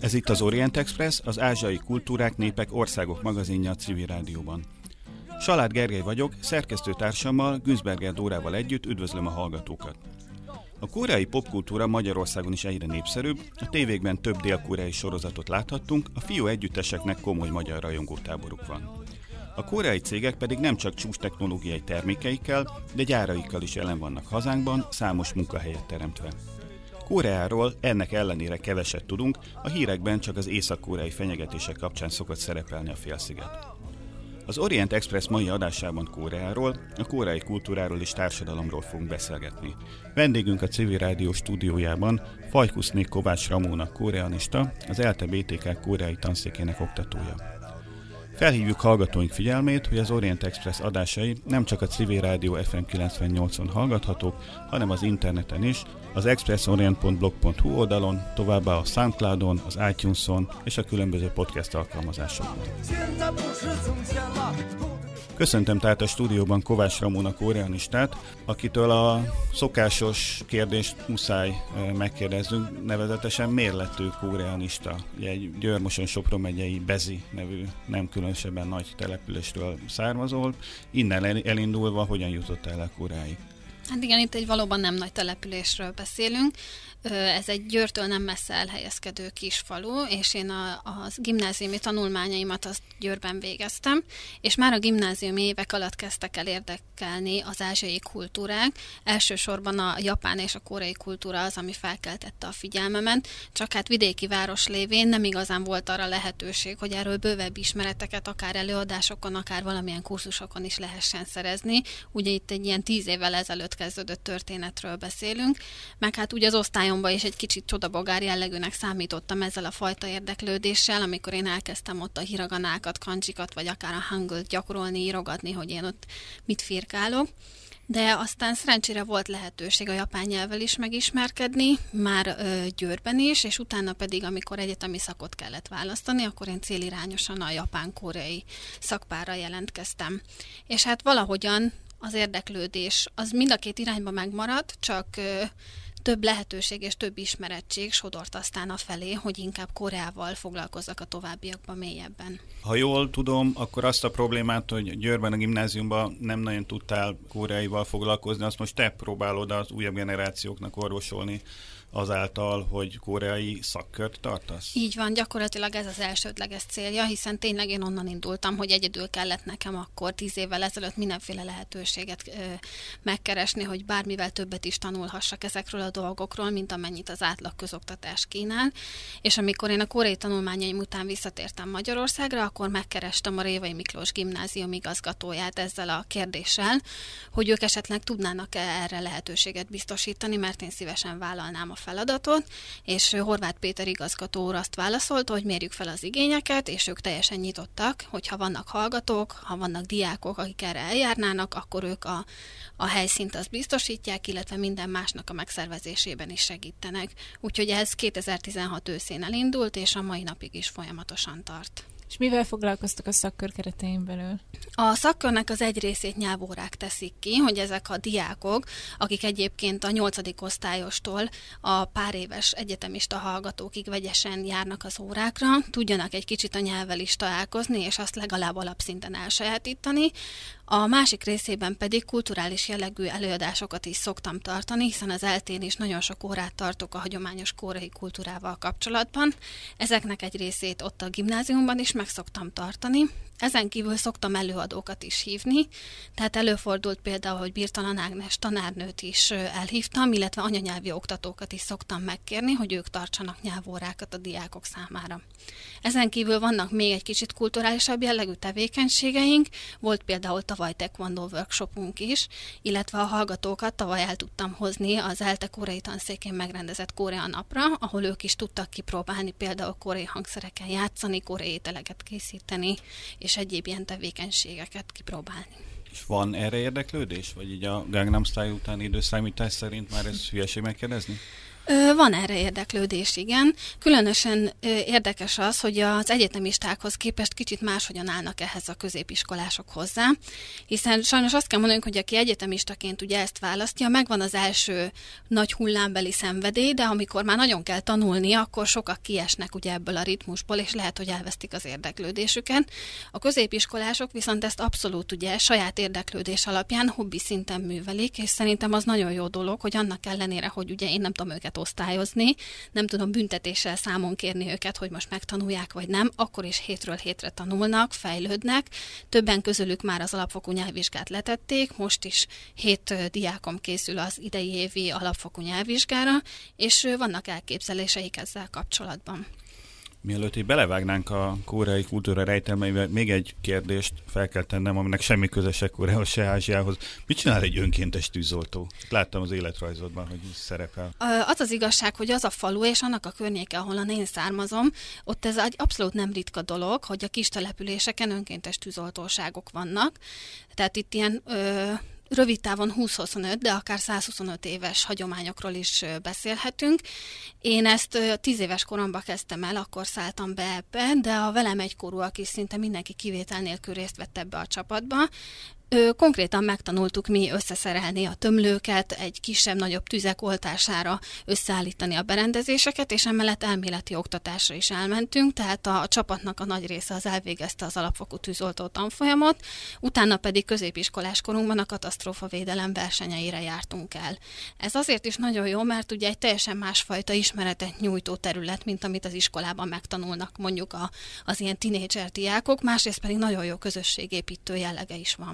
Ez itt az Orient Express, az ázsiai kultúrák, népek, országok magazinja a Civil Rádióban. Salád Gergely vagyok, szerkesztőtársammal, Günzberger Dórával együtt üdvözlöm a hallgatókat. A koreai popkultúra Magyarországon is egyre népszerűbb, a tévékben több dél-koreai sorozatot láthattunk, a fiú együtteseknek komoly magyar rajongótáboruk van. A koreai cégek pedig nem csak csúcs technológiai termékeikkel, de gyáraikkal is jelen vannak hazánkban, számos munkahelyet teremtve. Koreáról ennek ellenére keveset tudunk, a hírekben csak az észak-koreai fenyegetések kapcsán szokott szerepelni a félsziget. Az Orient Express mai adásában Koreáról, a koreai kultúráról és társadalomról fogunk beszélgetni. Vendégünk a Civil Rádió stúdiójában Fajkuszné Kovács Ramóna koreanista, az ELTE BTK koreai tanszékének oktatója. Felhívjuk hallgatóink figyelmét, hogy az Orient Express adásai nem csak a Civil Rádió FM 98-on hallgathatók, hanem az interneten is, az expressorient.blog.hu oldalon, továbbá a Soundcloudon, az iTunes-on és a különböző podcast alkalmazásokon. Köszöntöm tehát a stúdióban Kovács Ramóna koreanistát, akitől a szokásos kérdést muszáj megkérdezzünk, nevezetesen miért lett ő koreanista? Egy Győr-Moson-Sopron megyei Bezi nevű nem különösebben nagy településről származol, innen elindulva hogyan jutott el Koreáig? Hát igen, itt egy valóban nem nagy településről beszélünk. Ez egy Győrtől nem messze elhelyezkedő kis falu, és én a gimnáziumi tanulmányaimat azt Győrben végeztem, és már a gimnáziumi évek alatt kezdtek el érdekelni az ázsiai kultúrák. Elsősorban a japán és a koreai kultúra az, ami felkeltette a figyelmemet, csak hát vidéki város lévén nem igazán volt arra lehetőség, hogy erről bővebb ismereteket akár előadásokon, akár valamilyen kurzusokon is lehessen szerezni. Ugye itt egy ilyen 10 évvel ezelőtt kezdődött történetről beszélünk, meg hát ugye az osztályomban is egy kicsit csodabogár jellegűnek számítottam ezzel a fajta érdeklődéssel, amikor én elkezdtem ott a hiraganákat, kanjikat, vagy akár a hangult gyakorolni, írogatni, hogy én ott mit firkálok. De aztán szerencsére volt lehetőség a japán nyelvvel is megismerkedni, már Győrben is, és utána pedig, amikor egyetemi szakot kellett választani, akkor én célirányosan a japán-koreai szakpárra jelentkeztem. És hát valahogyan az érdeklődés az mind a két irányba megmaradt, csak több lehetőség és több ismerettség sodort aztán afelé, hogy inkább Koreával foglalkozzak a továbbiakban mélyebben. Ha jól tudom, akkor azt a problémát, hogy Győrben a gimnáziumban nem nagyon tudtál koreaival foglalkozni, azt most te próbálod az újabb generációknak orvosolni azáltal, hogy koreai szakkört tartasz? Így van, gyakorlatilag ez az elsődleges célja, hiszen tényleg én onnan indultam, hogy egyedül kellett nekem akkor 10 évvel ezelőtt mindenféle lehetőséget megkeresni, hogy bármivel többet is tanulhassak ezekről a dolgokról, mint amennyit az átlag közoktatás kínál. És amikor én a koreai tanulmányaim után visszatértem Magyarországra, akkor megkerestem a Révai Miklós Gimnázium igazgatóját ezzel a kérdéssel, hogy ők esetleg tudnának-e erre lehetőséget biztosítani, mert én szívesen vállalnám a feladatot, és Horváth Péter igazgató úr azt válaszolta, hogy mérjük fel az igényeket, és ők teljesen nyitottak, hogyha vannak hallgatók, ha vannak diákok, akik erre eljárnának, akkor ők a helyszínt azt biztosítják, illetve minden másnak a megszervezésében is segítenek. Úgyhogy ez 2016 őszén elindult, és a mai napig is folyamatosan tart. És mivel foglalkoztak a szakkör keretein belül? A szakkörnek az egy részét nyelvórák teszik ki, hogy ezek a diákok, akik egyébként a 8. osztályostól a pár éves egyetemista hallgatókig vegyesen járnak az órákra, tudjanak egy kicsit a nyelvvel is találkozni, és azt legalább alapszinten elsajátítani. A másik részében pedig kulturális jellegű előadásokat is szoktam tartani, hiszen az ELTE-n is nagyon sok órát tartok a hagyományos koreai kultúrával kapcsolatban. Ezeknek egy részét ott a gimnáziumban is meg szoktam tartani. Ezen kívül szoktam előadókat is hívni, tehát előfordult például, hogy Birtalan Ágnes tanárnőt is elhívtam, illetve anyanyelvi oktatókat is szoktam megkérni, hogy ők tartsanak nyelvórákat a diákok számára. Ezen kívül vannak még egy kicsit kulturálisabb jellegű tevékenységeink, volt például tavaly taekwondo workshopunk is, illetve a hallgatókat tavaly el tudtam hozni az ELTE koreai tanszékén megrendezett Korea napra, ahol ők is tudtak kipróbálni például koreai hangszereken játszani, koreai ételeket készíteni, és egyéb ilyen tevékenységeket kipróbálni. És van erre érdeklődés? Vagy így a Gangnam Style utáni időszámítás szerint már ez hülyeség megkérdezni? Van erre érdeklődés, igen. Különösen érdekes az, hogy az egyetemistákhoz képest kicsit máshogyan állnak ehhez a középiskolások hozzá, hiszen sajnos azt kell mondanunk, hogy aki egyetemistaként ugye ezt választja, megvan az első nagy hullámbeli szenvedély, de amikor már nagyon kell tanulni, akkor sokak kiesnek ugye ebből a ritmusból, és lehet, hogy elvesztik az érdeklődésüket. A középiskolások viszont ezt abszolút ugye saját érdeklődés alapján hobbi szinten művelik, és szerintem az nagyon jó dolog, hogy annak ellenére, hogy ugye én nem tudom őket osztályozni, nem tudom büntetéssel számon kérni őket, hogy most megtanulják vagy nem, akkor is hétről hétre tanulnak, fejlődnek. Többen közülük már az alapfokú nyelvvizsgát letették, most is 7 diákom készül az idei évi alapfokú nyelvvizsgára, és vannak elképzeléseik ezzel kapcsolatban. Mielőtt így belevágnánk a koreai kultúra rejtelmeivel, még egy kérdést fel kell tennem, aminek semmi köze se Koreához, se Ázsiához. Mit csinál egy önkéntes tűzoltó? Láttam az életrajzodban, hogy szerepel. Az az igazság, hogy az a falu és annak a környéke, ahol én származom, ott ez egy abszolút nem ritka dolog, hogy a kis településeken önkéntes tűzoltóságok vannak. Tehát itt ilyen rövid távon 20-25, de akár 125 éves hagyományokról is beszélhetünk. Én ezt 10 éves koromban kezdtem el, akkor szálltam be ebbe, de a velem egykorúak is szinte mindenki kivétel nélkül részt vett ebbe a csapatba. Konkrétan megtanultuk mi összeszerelni a tömlőket, egy kisebb-nagyobb tüzek oltására összeállítani a berendezéseket, és emellett elméleti oktatásra is elmentünk, tehát a csapatnak a nagy része az elvégezte az alapfokú tűzoltó tanfolyamot, utána pedig középiskolás korunkban a katasztrófavédelem versenyeire jártunk el. Ez azért is nagyon jó, mert ugye egy teljesen másfajta ismeretet nyújtó terület, mint amit az iskolában megtanulnak mondjuk az ilyen tinédzser diákok, másrészt pedig nagyon jó közösségépítő jellege is van.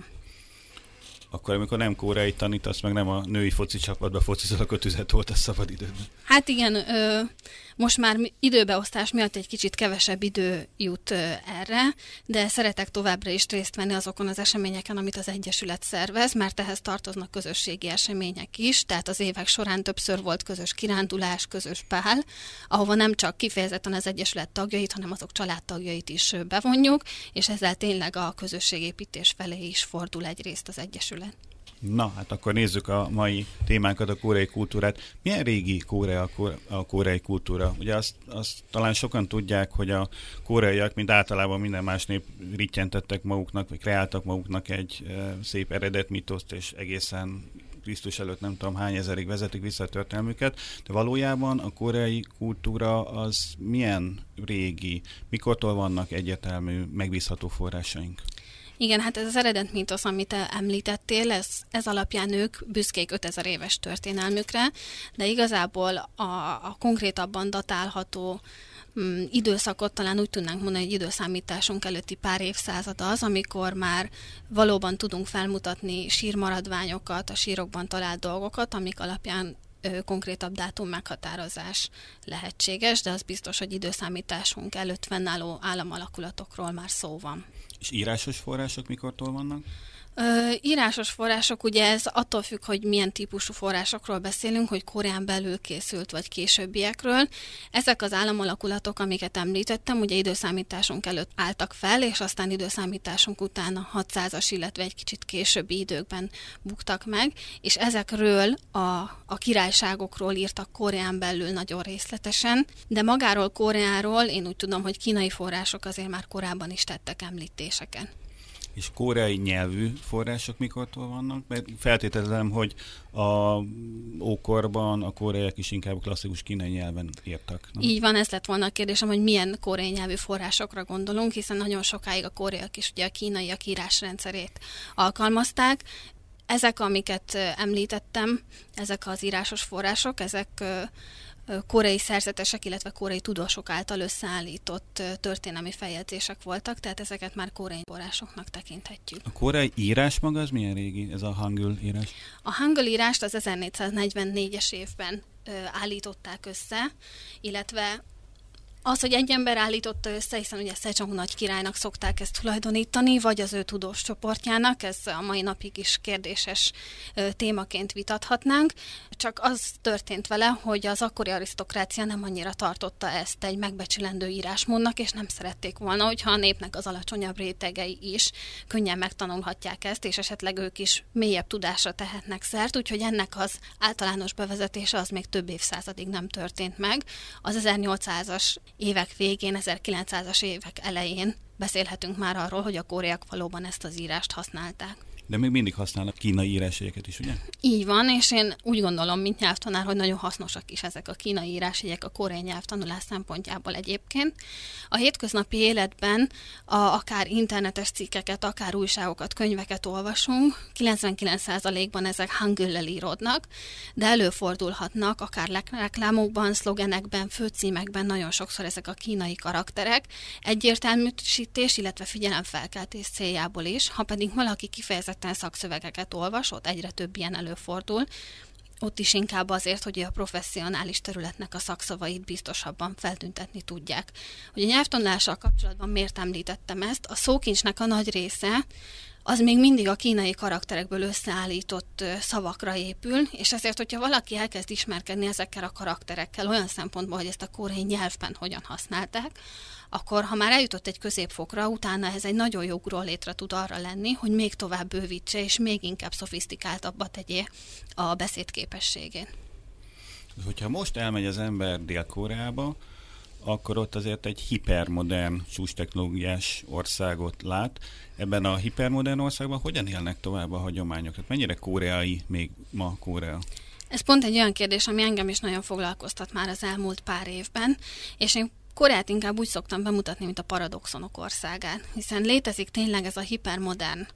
Akkor, amikor nem koreai tanítasz, meg nem a női foci csapatba focizol, akkor tüzet oltasz szabadidődben. Hát igen, most már időbeosztás miatt egy kicsit kevesebb idő jut erre, de szeretek továbbra is részt venni azokon az eseményeken, amit az Egyesület szervez, mert ehhez tartoznak közösségi események is, tehát az évek során többször volt közös kirándulás, közös pál, ahova nem csak kifejezetten az Egyesület tagjait, hanem azok családtagjait is bevonjuk, és ezzel tényleg a közösségépítés felé is fordul egyrészt az Egyesület. Na, hát akkor nézzük a mai témánkat, a koreai kultúrát. Milyen régi Korea a koreai kultúra? Ugye azt talán sokan tudják, hogy a koreaiak, mint általában minden más nép rittyentettek maguknak, vagy kreáltak maguknak egy szép eredetmitoszt, és egészen Krisztus előtt nem tudom hány ezerig vezetik vissza a történelmüket, de valójában a koreai kultúra az milyen régi, mikortól vannak egyértelmű, megbízható forrásaink? Igen, hát ez az eredet mítosz, amit említettél, ez alapján ők büszkék 5000 éves történelmükre, de igazából a konkrétabban datálható időszakot talán úgy tudnánk mondani, hogy időszámításunk előtti pár évszázad az, amikor már valóban tudunk felmutatni sírmaradványokat, a sírokban talált dolgokat, amik alapján konkrétabb dátum meghatározás lehetséges, de az biztos, hogy időszámításunk előtt fennálló államalakulatokról már szó van. És írásos források mikortól vannak? Írásos források, ugye ez attól függ, hogy milyen típusú forrásokról beszélünk, hogy Koreán belül készült, vagy későbbiekről. Ezek az államalakulatok, amiket említettem, ugye időszámításunk előtt álltak fel, és aztán időszámításunk után a 600-as, illetve egy kicsit későbbi időkben buktak meg, és ezekről a királyságokról írtak Koreán belül nagyon részletesen, de magáról Koreáról én úgy tudom, hogy kínai források azért már korábban is tettek említéseket. És koreai nyelvű források mikortól vannak? Mert feltételezem, hogy a ókorban a koreaiak is inkább klasszikus kínai nyelven írtak. Nem? Így van, ez lett volna a kérdésem, hogy milyen koreai nyelvű forrásokra gondolunk, hiszen nagyon sokáig a koreaiak is ugye a kínaiak írásrendszerét alkalmazták. Ezek, amiket említettem, ezek az írásos források, ezek koreai szerzetesek, illetve koreai tudósok által összeállított történelmi feljegyzések voltak, tehát ezeket már koreai forrásoknak tekinthetjük. A koreai írás maga az milyen régi, ez a hangul írás? A hangul írást az 1444-es évben állították össze, illetve Az, hogy egy ember állította össze, hiszen ugye Szedzsong nagy királynak szokták ezt tulajdonítani, vagy az ő tudós csoportjának, ez a mai napig is kérdéses témaként vitathatnánk. Csak az történt vele, hogy az akkori arisztokrácia nem annyira tartotta ezt egy megbecsülendő írásmódnak, és nem szerették volna, hogyha a népnek az alacsonyabb rétegei is könnyen megtanulhatják ezt, és esetleg ők is mélyebb tudásra tehetnek szert, úgyhogy ennek az általános bevezetése az még több évszázadig nem történt meg. Az 1800-as évek végén, 1900-as évek elején beszélhetünk már arról, hogy a kóreaiak valóban ezt az írást használták. De még mindig használnak kínai írásjegyeket is, ugye? Így van, és én úgy gondolom, mint nyelvtanár, hogy nagyon hasznosak is ezek a kínai írásjegyek a koreai nyelvtanulás szempontjából egyébként. A hétköznapi életben akár internetes cikkeket, akár újságokat, könyveket olvasunk, 99%-ban ezek hangüllel íródnak, de előfordulhatnak akár reklámokban, szlogenekben, főcímekben nagyon sokszor ezek a kínai karakterek egyértelműsítés, illetve figyelemfelkeltés céljából is, ha pedig valaki kifejezetten szakszövegeket olvas, ott egyre több ilyen előfordul, ott is inkább azért, hogy a professzionális területnek a szakszavait biztosabban feltüntetni tudják. Hogy a nyelvtanulással kapcsolatban miért említettem ezt? A szókincsnek a nagy része az még mindig a kínai karakterekből összeállított szavakra épül, és ezért, hogyha valaki elkezd ismerkedni ezekkel a karakterekkel olyan szempontból, hogy ezt a koreai nyelvben hogyan használták, akkor ha már eljutott egy középfokra, utána ez egy nagyon jó ugrólétre tud arra lenni, hogy még tovább bővítse, és még inkább szofisztikáltabba tegyé a beszédképességét. Hogyha most elmegy az ember Dél-Koreába, akkor ott azért egy hipermodern, csúcstechnológiás országot lát. Ebben a hipermodern országban hogyan élnek tovább a hagyományok? Tehát mennyire koreai még ma Korea? Ez pont egy olyan kérdés, ami engem is nagyon foglalkoztat már az elmúlt pár évben, és én Koreát inkább úgy szoktam bemutatni, mint a paradoxonok országát, hiszen létezik tényleg ez a hipermodern,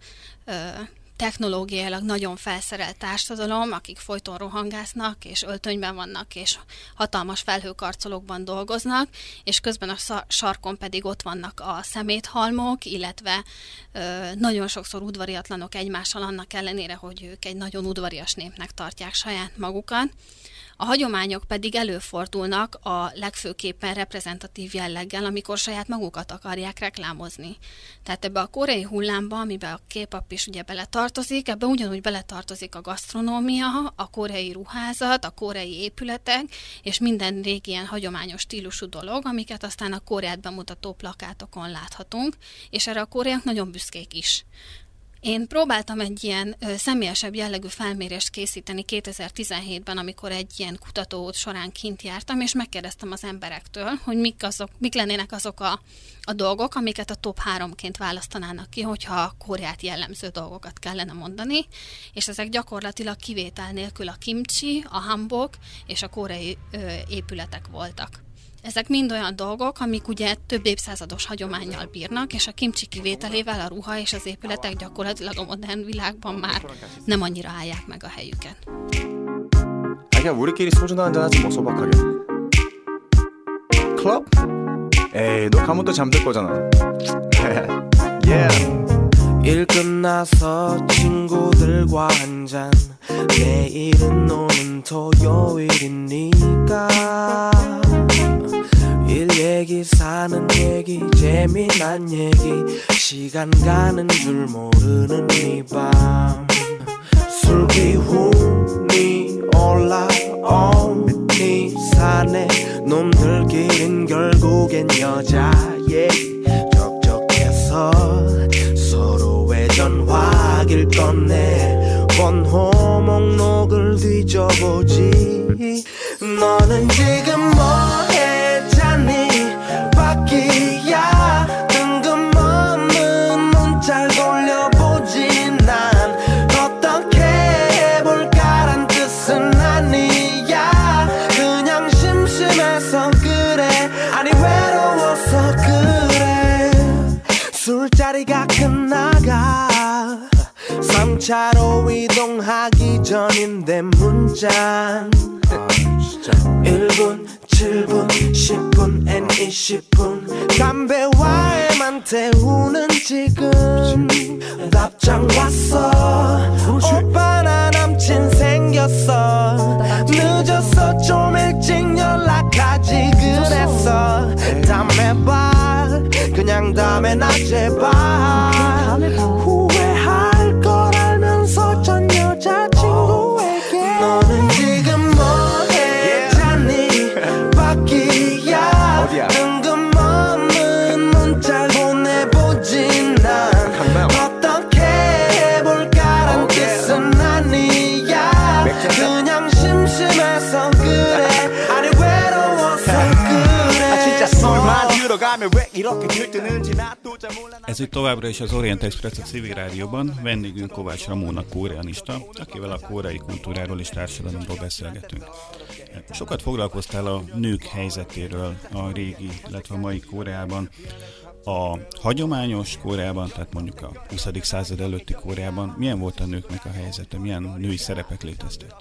technológiailag nagyon felszerelt társadalom, akik folyton rohangásznak, és öltönyben vannak, és hatalmas felhőkarcolókban dolgoznak, és közben a sarkon pedig ott vannak a szeméthalmok, illetve nagyon sokszor udvariatlanok egymással, annak ellenére, hogy ők egy nagyon udvarias népnek tartják saját magukat. A hagyományok pedig előfordulnak a legfőképpen reprezentatív jelleggel, amikor saját magukat akarják reklámozni. Tehát ebbe a koreai hullámba, amiben a K-pop is ugye beletartozik, ebbe ugyanúgy beletartozik a gasztronómia, a koreai ruházat, a koreai épületek, és minden régi ilyen hagyományos stílusú dolog, amiket aztán a Koreát bemutató plakátokon láthatunk, és erre a koreaiak nagyon büszkék is. Én próbáltam egy ilyen személyesebb jellegű felmérést készíteni 2017-ben, amikor egy ilyen kutatóút során kint jártam, és megkérdeztem az emberektől, hogy mik lennének azok a dolgok, amiket a top 3-ként választanának ki, hogyha a Koreát jellemző dolgokat kellene mondani, és ezek gyakorlatilag kivétel nélkül a kimchi, a hanbok és a koreai épületek voltak. Ezek mind olyan dolgok, amik ugye több évszázados hagyománnyal bírnak, és a kimchi kivételével a ruha és az épületek gyakorlatilag a modern világban már nem annyira állják meg a helyüket. 그냥 우리끼리 소주나 한잔하지 뭐 소박하게. 클럽? 에이, 너 가면 또 잠들 거잖아. Yeah. 일 끝나서 친구들과 한잔. 내일은 오는 토요일이니까. 일 얘기 사는 얘기 재미난 얘기 시간 가는 줄 모르는 이 밤 술 기운이 올라오니 산에 놈들끼린 결국엔 여자 얘기 적적해서 서로의 전화기를 꺼내 번호 목록을 뒤져보지 너는 지금 뭐해 바퀴야 뜬금없는 문자를 돌려보지 난 어떻게 해볼까란 뜻은 아니야 그냥 심심해서 그래 아니 외로워서 그래 술자리가 끝나가 3차로 이동하기 전인데 문자 1분 7분 10분 앤 20분 담배와에만 태우는 지금 답장 왔어 오빠 나 남친 생겼어 늦었어 좀 일찍 연락하지 그랬어 Ez itt továbbra is az Orient Express a Civil Rádióban, vendégünk Kovács Ramóna koreanista, akivel a koreai kultúráról és társadalomról beszélgetünk. Sokat foglalkoztál a nők helyzetéről a régi, illetve a mai Koreában. A hagyományos Koreában, tehát mondjuk a 20. század előtti Koreában milyen volt a nőknek a helyzete, milyen női szerepek léteztek?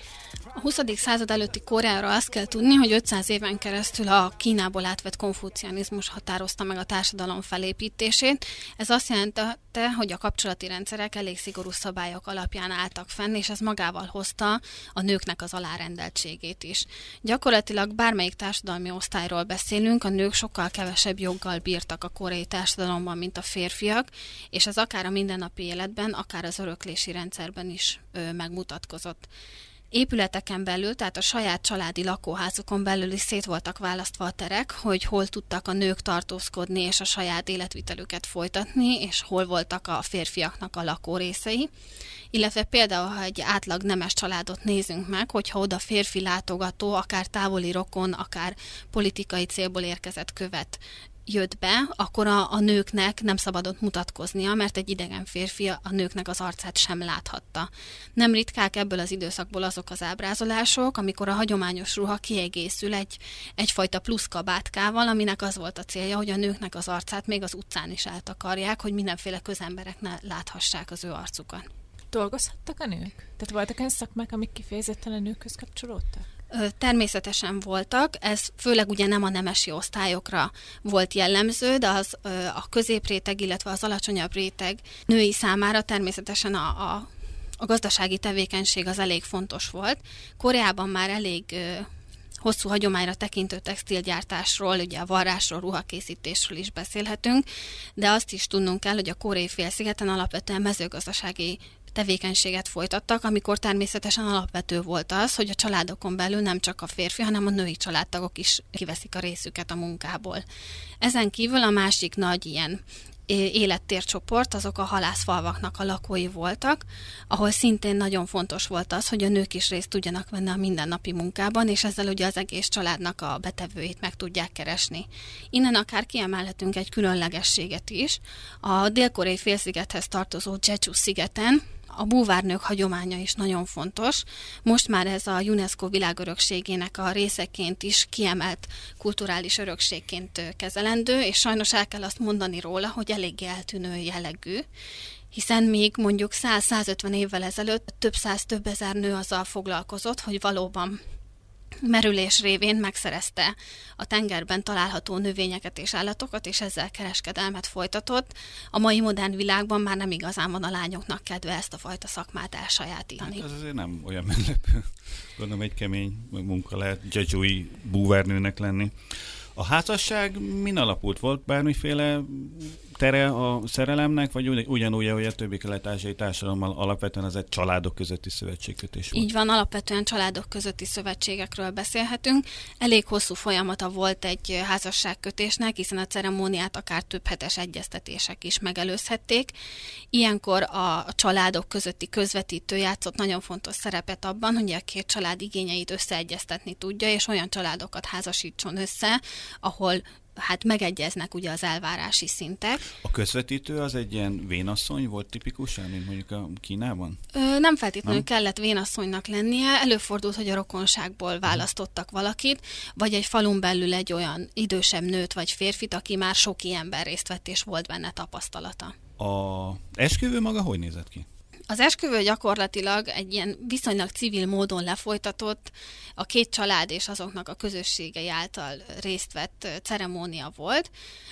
A 20. század előtti Koreára azt kell tudni, hogy 500 éven keresztül a Kínából átvett konfucianizmus határozta meg a társadalom felépítését. Ez azt jelentette, hogy a kapcsolati rendszerek elég szigorú szabályok alapján álltak fenn, és ez magával hozta a nőknek az alárendeltségét is. Gyakorlatilag bármelyik társadalmi osztályról beszélünk, a nők sokkal kevesebb joggal bírtak a koreai társadalomban, mint a férfiak, és ez akár a mindennapi életben, akár az öröklési rendszerben is megmutatkozott. Épületeken belül, tehát a saját családi lakóházukon belül is szét voltak választva a terek, hogy hol tudtak a nők tartózkodni és a saját életvitelüket folytatni, és hol voltak a férfiaknak a lakórészei. Illetve például, ha egy átlag nemes családot nézünk meg, hogyha oda férfi látogató, akár távoli rokon, akár politikai célból érkezett követ jött be, akkor a nőknek nem szabadott mutatkoznia, mert egy idegen férfi a nőknek az arcát sem láthatta. Nem ritkák ebből az időszakból azok az ábrázolások, amikor a hagyományos ruha kiegészül egyfajta plusz kabátkával, aminek az volt a célja, hogy a nőknek az arcát még az utcán is eltakarják, hogy mindenféle közemberek ne láthassák az ő arcukat. Dolgozhattak a nők? Tehát voltak olyan szakmák, amik kifejezetten a nőkhöz kapcsolódtak? Természetesen voltak, ez főleg ugye nem a nemesi osztályokra volt jellemző, de az a középréteg, illetve az alacsonyabb réteg női számára természetesen a gazdasági tevékenység az elég fontos volt. Koreában már elég hosszú hagyományra tekintő textilgyártásról, ugye a varrásról, ruhakészítésről is beszélhetünk, de azt is tudnunk kell, hogy a Koreai félszigeten alapvetően mezőgazdasági tevékenységet folytattak, amikor természetesen alapvető volt az, hogy a családokon belül nem csak a férfi, hanem a női családtagok is kiveszik a részüket a munkából. Ezen kívül a másik nagy ilyen élettércsoport, azok a halászfalvaknak a lakói voltak, ahol szintén nagyon fontos volt az, hogy a nők is részt tudjanak venni a mindennapi munkában, és ezzel ugye az egész családnak a betevőit meg tudják keresni. Innen akár kiemelhetünk egy különlegességet is. A dél-koreai félszigethez tartozó Jeju szigeten a búvárnők hagyománya is nagyon fontos. Most már ez a UNESCO világörökségének a részeként is kiemelt kulturális örökségként kezelendő, és sajnos el kell azt mondani róla, hogy eléggé eltűnő jellegű, hiszen még mondjuk 100-150 évvel ezelőtt több száz, több ezer nő azzal foglalkozott, hogy valóban merülés révén megszerezte a tengerben található növényeket és állatokat, és ezzel kereskedelmet folytatott. A mai modern világban már nem igazán van a lányoknak kedve ezt a fajta szakmát elsajátítani. Hát ez azért nem olyan meglepő. Gondolom egy kemény munka lehet jejui búvárnőnek lenni. A házasság min alapult? Volt bármiféle tere a szerelemnek, vagy ugyanúgy, ahogy a többi kelet-ázsiai társadalommal alapvetően az egy családok közötti szövetségkötés volt? Így van, alapvetően családok közötti szövetségekről beszélhetünk. Elég hosszú folyamata volt egy házasságkötésnek, hiszen a ceremóniát akár több hetes egyeztetések is megelőzhették. Ilyenkor a családok közötti közvetítő játszott nagyon fontos szerepet abban, hogy a két család igényeit összeegyeztetni tudja, és olyan családokat házasítson össze, ahol megegyeznek ugye az elvárási szintek. A közvetítő az egy ilyen vénasszony volt tipikusan, mint mondjuk a Kínában? Nem feltétlenül kellett vénasszonynak lennie, előfordult, hogy a rokonságból választottak valakit, vagy egy falun belül egy olyan idősebb nőt vagy férfit, aki már sok ilyenben részt vett és volt benne tapasztalata. A esküvő maga hogy nézett ki? Az esküvő gyakorlatilag egy ilyen viszonylag civil módon lefolytatott, a két család és azoknak a közösségei által részt vett ceremónia volt.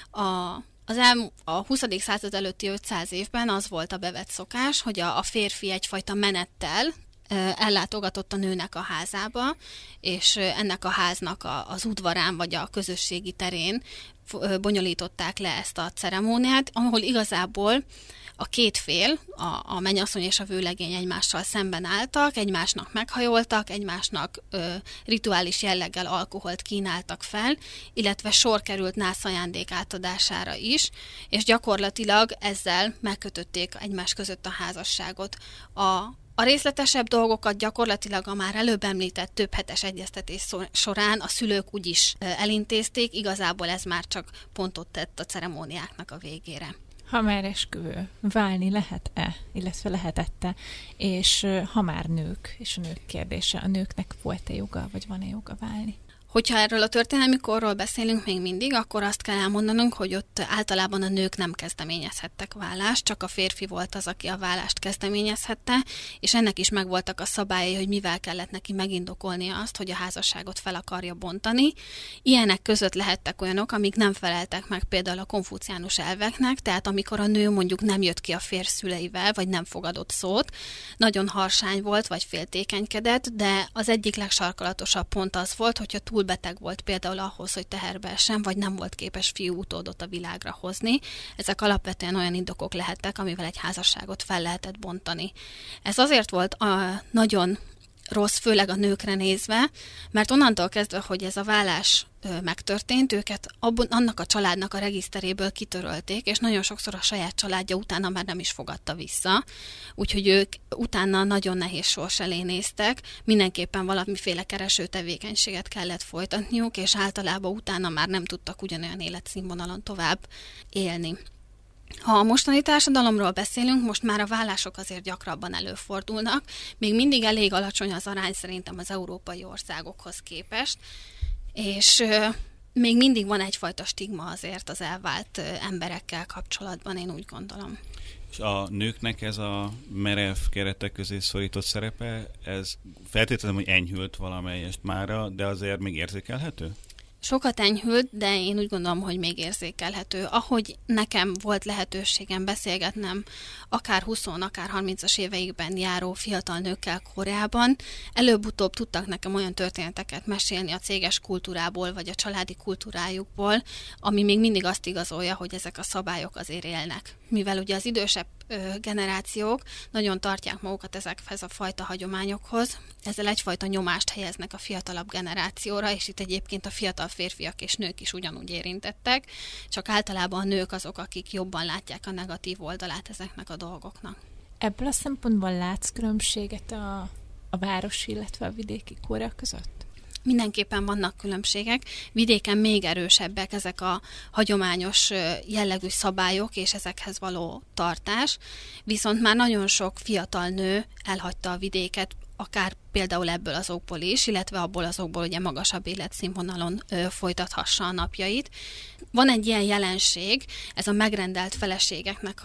A 20. század előtti 500 évben az volt a bevett szokás, hogy a férfi egyfajta menettel ellátogatott a nőnek a házába, és ennek a háznak az udvarán vagy a közösségi terén bonyolították le ezt a ceremóniát, ahol igazából a két fél, a mennyasszony és a vőlegény egymással szemben álltak, egymásnak meghajoltak, egymásnak rituális jelleggel alkoholt kínáltak fel, illetve sor került nászajándék átadására is, és gyakorlatilag ezzel megkötötték egymás között a házasságot. A A részletesebb dolgokat gyakorlatilag a már előbb említett több hetes egyeztetés során a szülők úgyis elintézték, igazából ez már csak pontot tett a ceremóniáknak a végére. Ha már esküvő, válni lehet-e, illetve lehetette, és ha már nők, és a nők kérdése, a nőknek volt-e joga, vagy van-e joga válni? Hogyha erről a történelmi korról beszélünk még mindig, akkor azt kell elmondanunk, hogy ott általában a nők nem kezdeményezhettek vállást, csak a férfi volt az, aki a vállást kezdeményezhette, és ennek is megvoltak a szabályai, hogy mivel kellett neki megindokolnia azt, hogy a házasságot fel akarja bontani. Ilyenek között lehettek olyanok, amik nem feleltek meg például a konfuciánus elveknek, tehát amikor a nő mondjuk nem jött ki a férj szüleivel, vagy nem fogadott szót, nagyon harsány volt, vagy féltékenykedett, de az egyik legsarkalatosabb pont az volt, hogyha túl beteg volt például ahhoz, hogy teherbe essen, vagy nem volt képes fiú utódot a világra hozni. Ezek alapvetően olyan indokok lehettek, amivel egy házasságot fel lehetett bontani. Ez azért volt nagyon rossz, főleg a nőkre nézve, mert onnantól kezdve, hogy ez a vállás megtörtént, őket annak a családnak a regiszteréből kitörölték, és nagyon sokszor a saját családja utána már nem is fogadta vissza. Úgyhogy ők utána nagyon nehéz sors elé néztek, mindenképpen valamiféle kereső tevékenységet kellett folytatniuk, és általában utána már nem tudtak ugyanolyan életszínvonalon tovább élni. Ha a mostani társadalomról beszélünk, most már a vállások azért gyakrabban előfordulnak, még mindig elég alacsony az arány szerintem az európai országokhoz képest, és még mindig van egyfajta stigma azért az elvált emberekkel kapcsolatban, én úgy gondolom. És a nőknek ez a merev keretek közé szorított szerepe, ez feltételezem, hogy enyhült valamelyest mára, de azért még érzékelhető? Sokat enyhült, de én úgy gondolom, hogy még érzékelhető. Ahogy nekem volt lehetőségem beszélgetnem akár 20, akár 30-as éveikben járó fiatal nőkkel Koreában, előbb-utóbb tudtak nekem olyan történeteket mesélni a céges kultúrából, vagy a családi kultúrájukból, ami még mindig azt igazolja, hogy ezek a szabályok azért élnek. Mivel ugye az idősebb generációk nagyon tartják magukat ezekhez a fajta hagyományokhoz, ezzel egyfajta nyomást helyeznek a fiatalabb generációra, és itt egyébként a fiatal férfiak és nők is ugyanúgy érintettek, csak általában a nők azok, akik jobban látják a negatív oldalát ezeknek a dolgoknak. Ebből a szempontból látsz különbséget a városi, illetve a vidéki Korea között? Mindenképpen vannak különbségek. Vidéken még erősebbek ezek a hagyományos jellegű szabályok és ezekhez való tartás, viszont már nagyon sok fiatal nő elhagyta a vidéket, akár például ebből az okból is, illetve abból az okból, hogy magasabb életszínvonalon folytathassa a napjait. Van egy ilyen jelenség, ez a megrendelt feleségeknek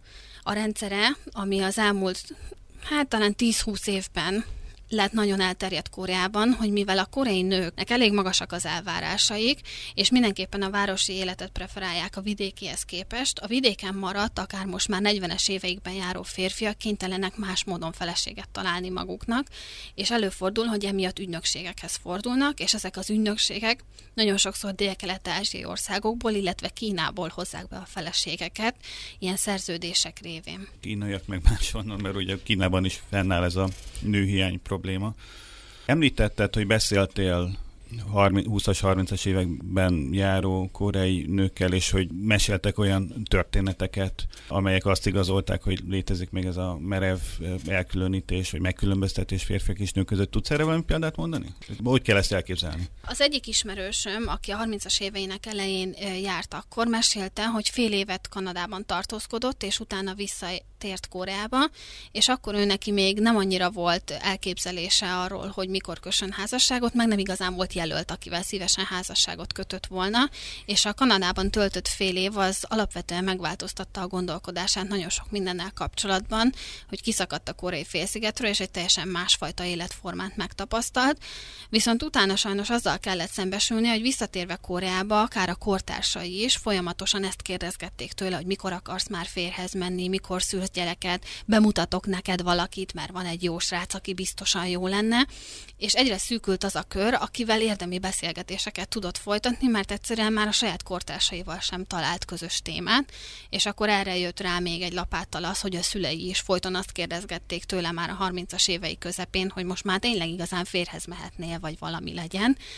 a rendszere, ami az elmúlt, talán 10-20 évben lett nagyon elterjedt Koreában, hogy mivel a koreai nőknek elég magasak az elvárásaik, és mindenképpen a városi életet preferálják a vidékihez képest, a vidéken maradt, akár most már 40-es éveikben járó férfiak kénytelenek más módon feleséget találni maguknak, és előfordul, hogy emiatt ügynökségekhez fordulnak, és ezek az ügynökségek nagyon sokszor dél-kelet-ázsiai országokból, illetve Kínából hozzák be a feleségeket, ilyen szerződések révén. Kínaiak meg máshonnan, mert ugye Kínában is fennáll ez a nőhiány probléma. Említetted, hogy beszéltél 20-as, 30-as években járó koreai nőkkel, és hogy meséltek olyan történeteket, amelyek azt igazolták, hogy létezik még ez a merev elkülönítés, vagy megkülönböztetés férfiak és nők között. Tudsz erre valami példát mondani? Hogy kell ezt elképzelni? Az egyik ismerősöm, aki a 30-as éveinek elején járt akkor, mesélte, hogy fél évet Kanadában tartózkodott, és utána visszatért Koreába, és akkor ő neki még nem annyira volt elképzelése arról, hogy mikor kössön házasságot, meg nem igazán volt jelölt, akivel szívesen házasságot kötött volna, és a Kanadában töltött fél év az alapvetően megváltoztatta a gondolkodását nagyon sok mindennel kapcsolatban, hogy kiszakadt a koreai félszigetről, és egy teljesen másfajta életformát megtapasztalt. Viszont utána sajnos azzal kellett szembesülni, hogy visszatérve Koreába, akár a kortársai is folyamatosan ezt kérdezgették tőle, hogy mikor akarsz már férjhez menni, mikor szülsz gyereket, bemutatok neked valakit, mert van egy jó srác, aki biztosan jó lenne, és egyre szűkült az a kör, akivel érdemi beszélgetéseket tudott folytatni, mert egyszerűen már a saját kortársaival sem talált közös témát, és akkor erre jött rá még egy lapáttal az, hogy a szülei is folyton azt kérdezgették tőle már a 30-as évei közepén, hogy most már tényleg igazán férjhez mehetnél, vagy valami legyen.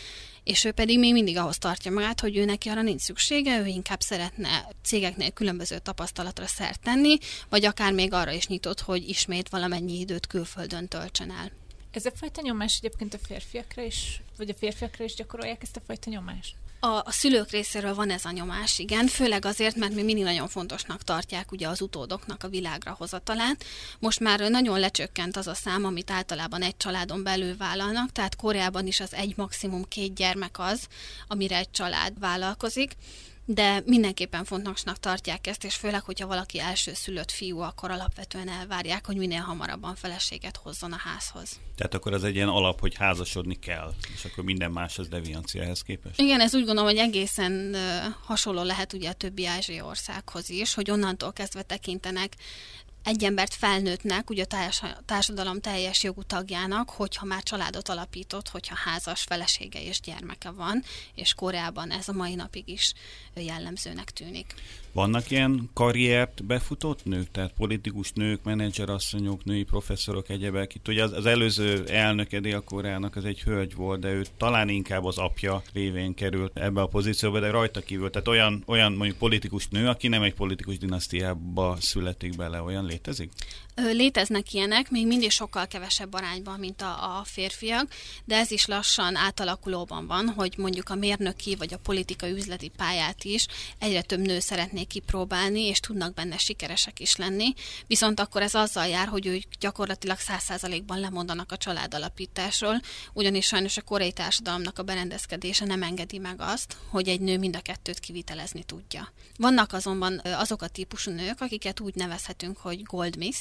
és ő pedig még mindig ahhoz tartja magát, hogy ő neki arra nincs szüksége, ő inkább szeretne cégeknél különböző tapasztalatra szert tenni, vagy akár még arra is nyitott, hogy ismét valamennyi időt külföldön töltsön el. Ez a fajta nyomás egyébként a férfiakra is, vagy a férfiakra is gyakorolják ezt a fajta nyomást? A szülők részéről van ez a nyomás, igen, főleg azért, mert még mindig nagyon fontosnak tartják ugye az utódoknak a világra hozatalát. Most már nagyon lecsökkent az a szám, amit általában egy családon belül vállalnak, tehát Koreában is az 1, maximum 2 gyermek az, amire egy család vállalkozik, de mindenképpen fontosnak tartják ezt, és főleg, hogyha valaki elsőszülött fiú, akkor alapvetően elvárják, hogy minél hamarabban feleséget hozzon a házhoz. Tehát akkor az egy ilyen alap, hogy házasodni kell, és akkor minden más az deviancia ehhez képest? Igen, ez úgy gondolom, hogy egészen hasonló lehet ugye a többi ázsiai országhoz is, hogy onnantól kezdve tekintenek egy embert felnőttnek, ugye a társadalom teljes jogú tagjának, hogyha már családot alapított, hogyha házas, felesége és gyermeke van, és Koreában ez a mai napig is jellemzőnek tűnik. Vannak ilyen karriert befutott nők, tehát politikus nők, menedzserasszonyok, női professzorok, egyebek? Itt ugye az előző elnöke Dél-Koreának az egy hölgy volt, de ő talán inkább az apja révén került ebbe a pozícióba, de rajta kívül. Tehát olyan mondjuk politikus nő, aki nem egy politikus dinasztiába születik bele, olyan létezik? Léteznek ilyenek, még mindig sokkal kevesebb arányban, mint a férfiak, de ez is lassan átalakulóban van, hogy mondjuk a mérnöki vagy a politikai üzleti pályát is egyre több nő szeretné kipróbálni, és tudnak benne sikeresek is lenni, viszont akkor ez azzal jár, hogy ők gyakorlatilag 100%-ban lemondanak a családalapításról, ugyanis sajnos a koreai társadalomnak a berendezkedése nem engedi meg azt, hogy egy nő mind a kettőt kivitelezni tudja. Vannak azonban azok a típusú nők, akiket úgy nevezhetünk, hogy Gold Miss.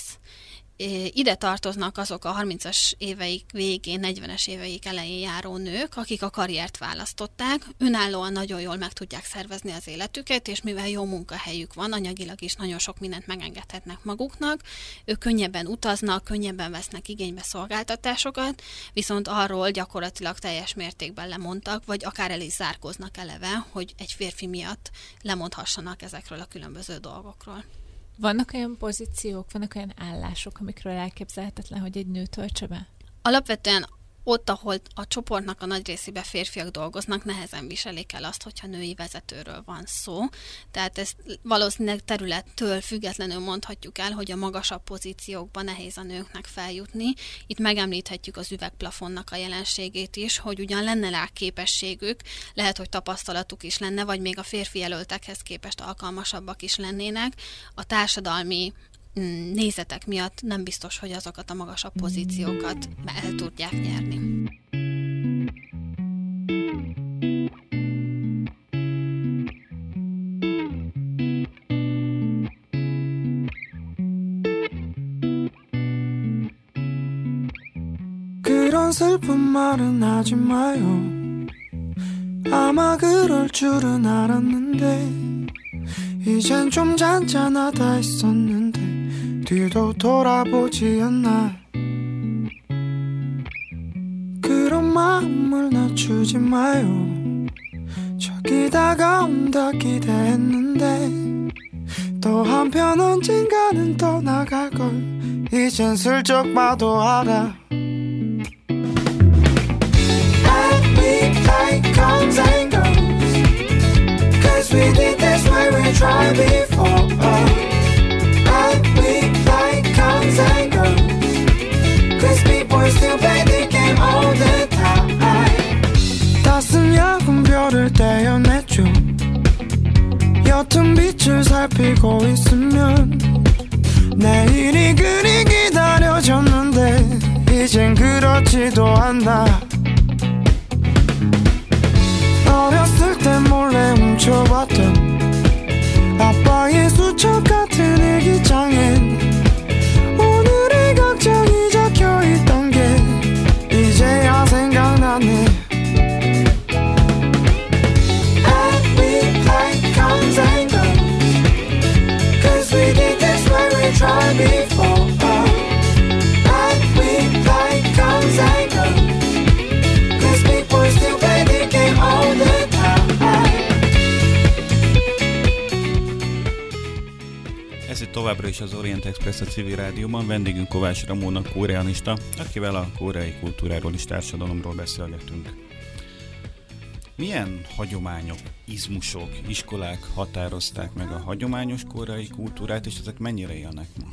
Ide tartoznak azok a 30-as éveik végén, 40-es éveik elején járó nők, akik a karriert választották, önállóan nagyon jól meg tudják szervezni az életüket, és mivel jó munkahelyük van, anyagilag is nagyon sok mindent megengedhetnek maguknak, ők könnyebben utaznak, könnyebben vesznek igénybe szolgáltatásokat, viszont arról gyakorlatilag teljes mértékben lemondtak, vagy akár el is zárkóznak eleve, hogy egy férfi miatt lemondhassanak ezekről a különböző dolgokról. Vannak olyan pozíciók, vannak olyan állások, amikről elképzelhetetlen, hogy egy nő töltse be? Alapvetően ott, ahol a csoportnak a nagy részében férfiak dolgoznak, nehezen viselik el azt, hogyha női vezetőről van szó. Tehát ezt valószínűleg területtől függetlenül mondhatjuk el, hogy a magasabb pozíciókban nehéz a nőknek feljutni. Itt megemlíthetjük az üvegplafonnak a jelenségét is, hogy ugyan lenne rá képességük, lehet, hogy tapasztalatuk is lenne, vagy még a férfi jelöltekhez képest alkalmasabbak is lennének. A társadalmi nézetek miatt nem biztos, hogy azokat a magasabb pozíciókat el tudják nyerni. 그런 슬픈 말은 하지 마요. 아마 그럴 줄은 알았는데 이젠 좀 잔잔하다 했었는데 뒤도 돌아보지 않나. 그런 마음을 낮추지 마요. 저기 다가온다 기대했는데 또 한편 언젠가는 떠나갈걸 이젠 슬쩍 봐도 알아. Like comes and goes, 'cause we did this when we tried before. Like comes and goes, 'cause people still play the game all the time. 따스한 야간 별을 떼어냈죠. 옅은 빛을 살피고 있으면 내일이 그리 기다려졌는데 이젠 그렇지도 않나. 어렸을 때 몰래 훔쳐봤던 아빠의 수첩 같은 일기장엔 오늘의 걱정이 적혀있던 게 이제야 생각나네. Every light comes and goes, 'cause we did this when we tried before. Every light comes and goes, 'cause people still play the game all the time. Ez itt továbbra is az Orient Express a civil rádióban, vendégünk Kovács Ramona koreanista, akivel a koreai kultúráról és társadalomról beszélgetünk. Milyen hagyományok, izmusok, iskolák határozták meg a hagyományos koreai kultúrát, és ezek mennyire élnek ma?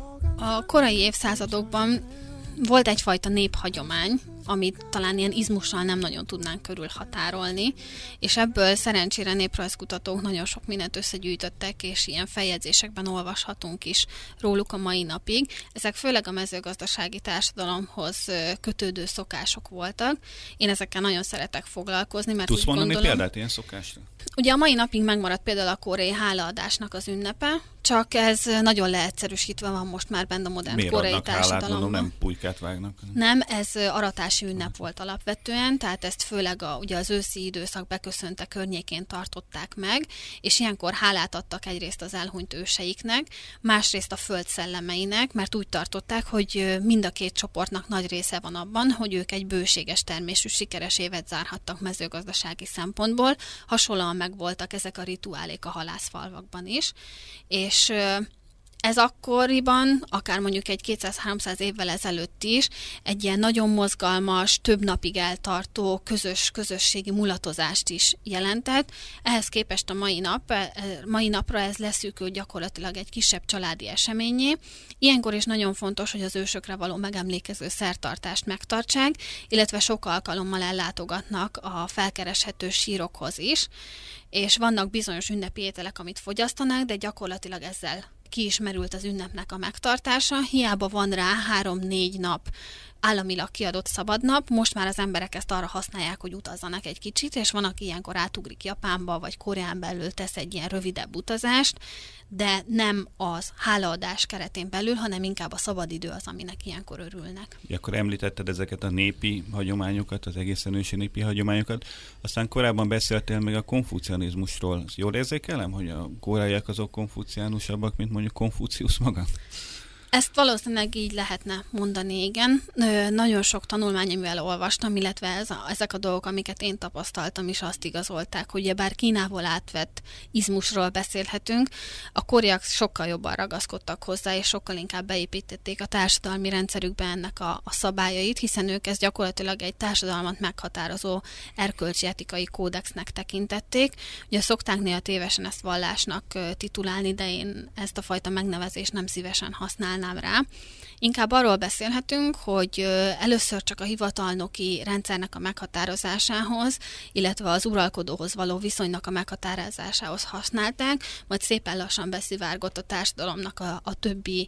A korai évszázadokban volt egyfajta néphagyomány, amit talán ilyen izmussal nem nagyon tudnánk körülhatárolni, és ebből szerencsére néprajzkutatók nagyon sok mindent összegyűjtöttek, és ilyen feljegyzésekben olvashatunk is róluk a mai napig. Ezek főleg a mezőgazdasági társadalomhoz kötődő szokások voltak. Én ezekkel nagyon szeretek foglalkozni, mert tudsz úgy mondani gondolom, példát ilyen szokásra? ugye a mai napig megmaradt például a koreai hálaadásnak az ünnepe, csak ez nagyon leegyszerűsítve van most már benne a modern koreai társadalomban. Nem pulykát vágnak? Nem, ez aratási ünnep volt alapvetően, tehát ezt főleg ugye az őszi időszak beköszönte környékén tartották meg, és ilyenkor hálát adtak egyrészt az elhunyt őseiknek, másrészt a föld szellemeinek, mert úgy tartották, hogy mind a két csoportnak nagy része van abban, hogy ők egy bőséges termésű sikeres évet zárhattak mezőgazdasági szempontból. Hasonlóan megvoltak ezek a rituálék a halászfalvakban is, és ez akkoriban, akár mondjuk egy 200-300 évvel ezelőtt is, egy ilyen nagyon mozgalmas, több napig eltartó közösségi mulatozást is jelentett. Ehhez képest a mai napra ez leszűkült gyakorlatilag egy kisebb családi eseményé. Ilyenkor is nagyon fontos, hogy az ősökre való megemlékező szertartást megtartsák, illetve sok alkalommal ellátogatnak a felkereshető sírokhoz is, és vannak bizonyos ünnepi ételek, amit fogyasztanak, de gyakorlatilag ezzel ki is merült az ünnepnek a megtartása. Hiába van rá 3-4 nap államilag kiadott szabadnap, most már az emberek ezt arra használják, hogy utazzanak egy kicsit, és van, aki ilyenkor átugrik Japánba, vagy Koreán belül tesz egy ilyen rövidebb utazást, de nem az hálaadás keretén belül, hanem inkább a szabadidő az, aminek ilyenkor örülnek. Akkor említetted ezeket a népi hagyományokat, az egészen ősi népi hagyományokat, aztán korábban beszéltél még a konfucianizmusról. Jól érzékelem, hogy a koreaiak azok konfuciánusabbak, mint mondjuk Konfuciusz maga? Ezt valószínűleg így lehetne mondani, igen. Nagyon sok tanulmány, amivel olvastam, illetve ezek a dolgok, amiket én tapasztaltam is azt igazolták, hogy bár Kínából átvett izmusról beszélhetünk, a koreaiak sokkal jobban ragaszkodtak hozzá, és sokkal inkább beépítették a társadalmi rendszerükbe ennek a szabályait, hiszen ők ezt gyakorlatilag egy társadalmat meghatározó erkölcsi etikai kódexnek tekintették. Ugye szokták néha tévesen ezt vallásnak titulálni, de én ezt a fajta megnevezést nem szívesen használnám rá. Inkább arról beszélhetünk, hogy először csak a hivatalnoki rendszernek a meghatározásához, illetve az uralkodóhoz való viszonynak a meghatározásához használták, majd szépen lassan beszivárgott a társadalomnak a többi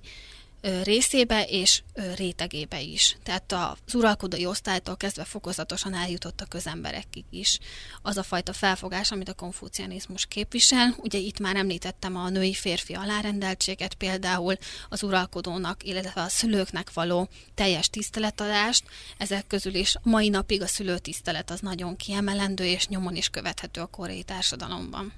részébe és rétegébe is. Tehát az uralkodói osztálytól kezdve fokozatosan eljutott a közemberekig is az a fajta felfogás, amit a konfucianizmus képvisel. Ugye itt már említettem a női-férfi alárendeltséget, például az uralkodónak, illetve a szülőknek való teljes tiszteletadást. Ezek közül is mai napig a szülőtisztelet az nagyon kiemelendő és nyomon is követhető a koreai társadalomban.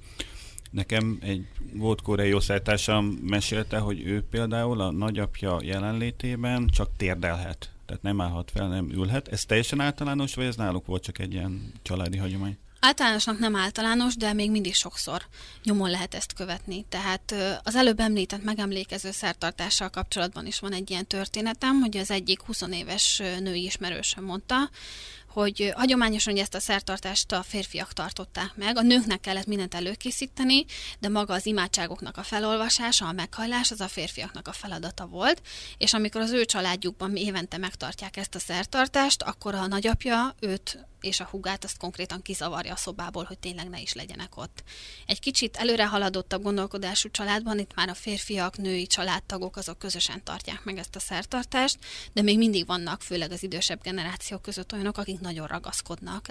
Nekem egy volt koreai osztálytársam mesélte, hogy ő például a nagyapja jelenlétében csak térdelhet. Tehát nem állhat fel, nem ülhet. Ez teljesen általános, vagy ez náluk volt csak egy ilyen családi hagyomány? Általánosnak nem általános, de még mindig sokszor nyomon lehet ezt követni. Tehát az előbb említett megemlékező szertartással kapcsolatban is van egy ilyen történetem, hogy az egyik 20 éves női ismerősöm mondta, hogy hagyományosan ezt a szertartást a férfiak tartották meg, a nőknek kellett mindent előkészíteni, de maga az imádságoknak a felolvasása, a meghajlás, az a férfiaknak a feladata volt, és amikor az ő családjukban évente megtartják ezt a szertartást, akkor a nagyapja őt és a húgát azt konkrétan kizavarja a szobából, hogy tényleg ne is legyenek ott. Egy kicsit előre haladottabb gondolkodású családban itt már a férfiak, női családtagok azok közösen tartják meg ezt a szertartást, de még mindig vannak, főleg az idősebb generációk között olyanok, akik nagyon ragaszkodnak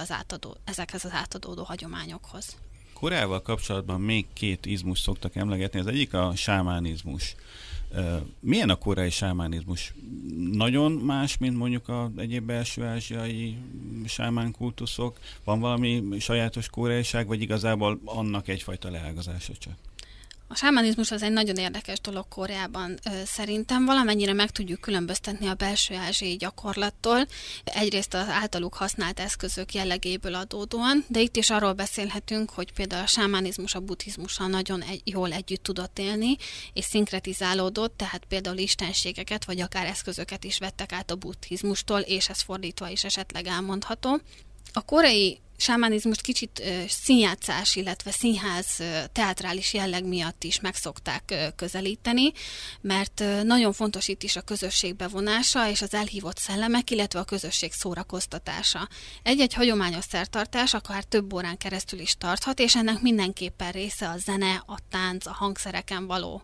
ezekhez az átadódó hagyományokhoz. Koreával kapcsolatban még 2 izmus szoktak emlegetni, az egyik a sámánizmus. Milyen a koreai sámánizmus? Nagyon más, mint mondjuk az egyéb belső ázsiai sámán kultuszok? Van valami sajátos koreaiság, vagy igazából annak egyfajta leágazása csak? A sámánizmus az egy nagyon érdekes dolog Koreában. Szerintem valamennyire meg tudjuk különböztetni a belső ázsiai gyakorlattól, egyrészt az általuk használt eszközök jellegéből adódóan, de itt is arról beszélhetünk, hogy például a sámánizmus a buddhizmussal nagyon jól együtt tudott élni, és szinkretizálódott, tehát például istenségeket, vagy akár eszközöket is vettek át a buddhizmustól, és ez fordítva is esetleg elmondható. A koreai sámánizmust kicsit színjátszás, illetve színház teátrális jelleg miatt is meg szokták közelíteni, mert nagyon fontos itt is a közösség bevonása és az elhívott szellemek, illetve a közösség szórakoztatása. Egy-egy hagyományos szertartás akár több órán keresztül is tarthat, és ennek mindenképpen része a zene, a tánc, a hangszereken való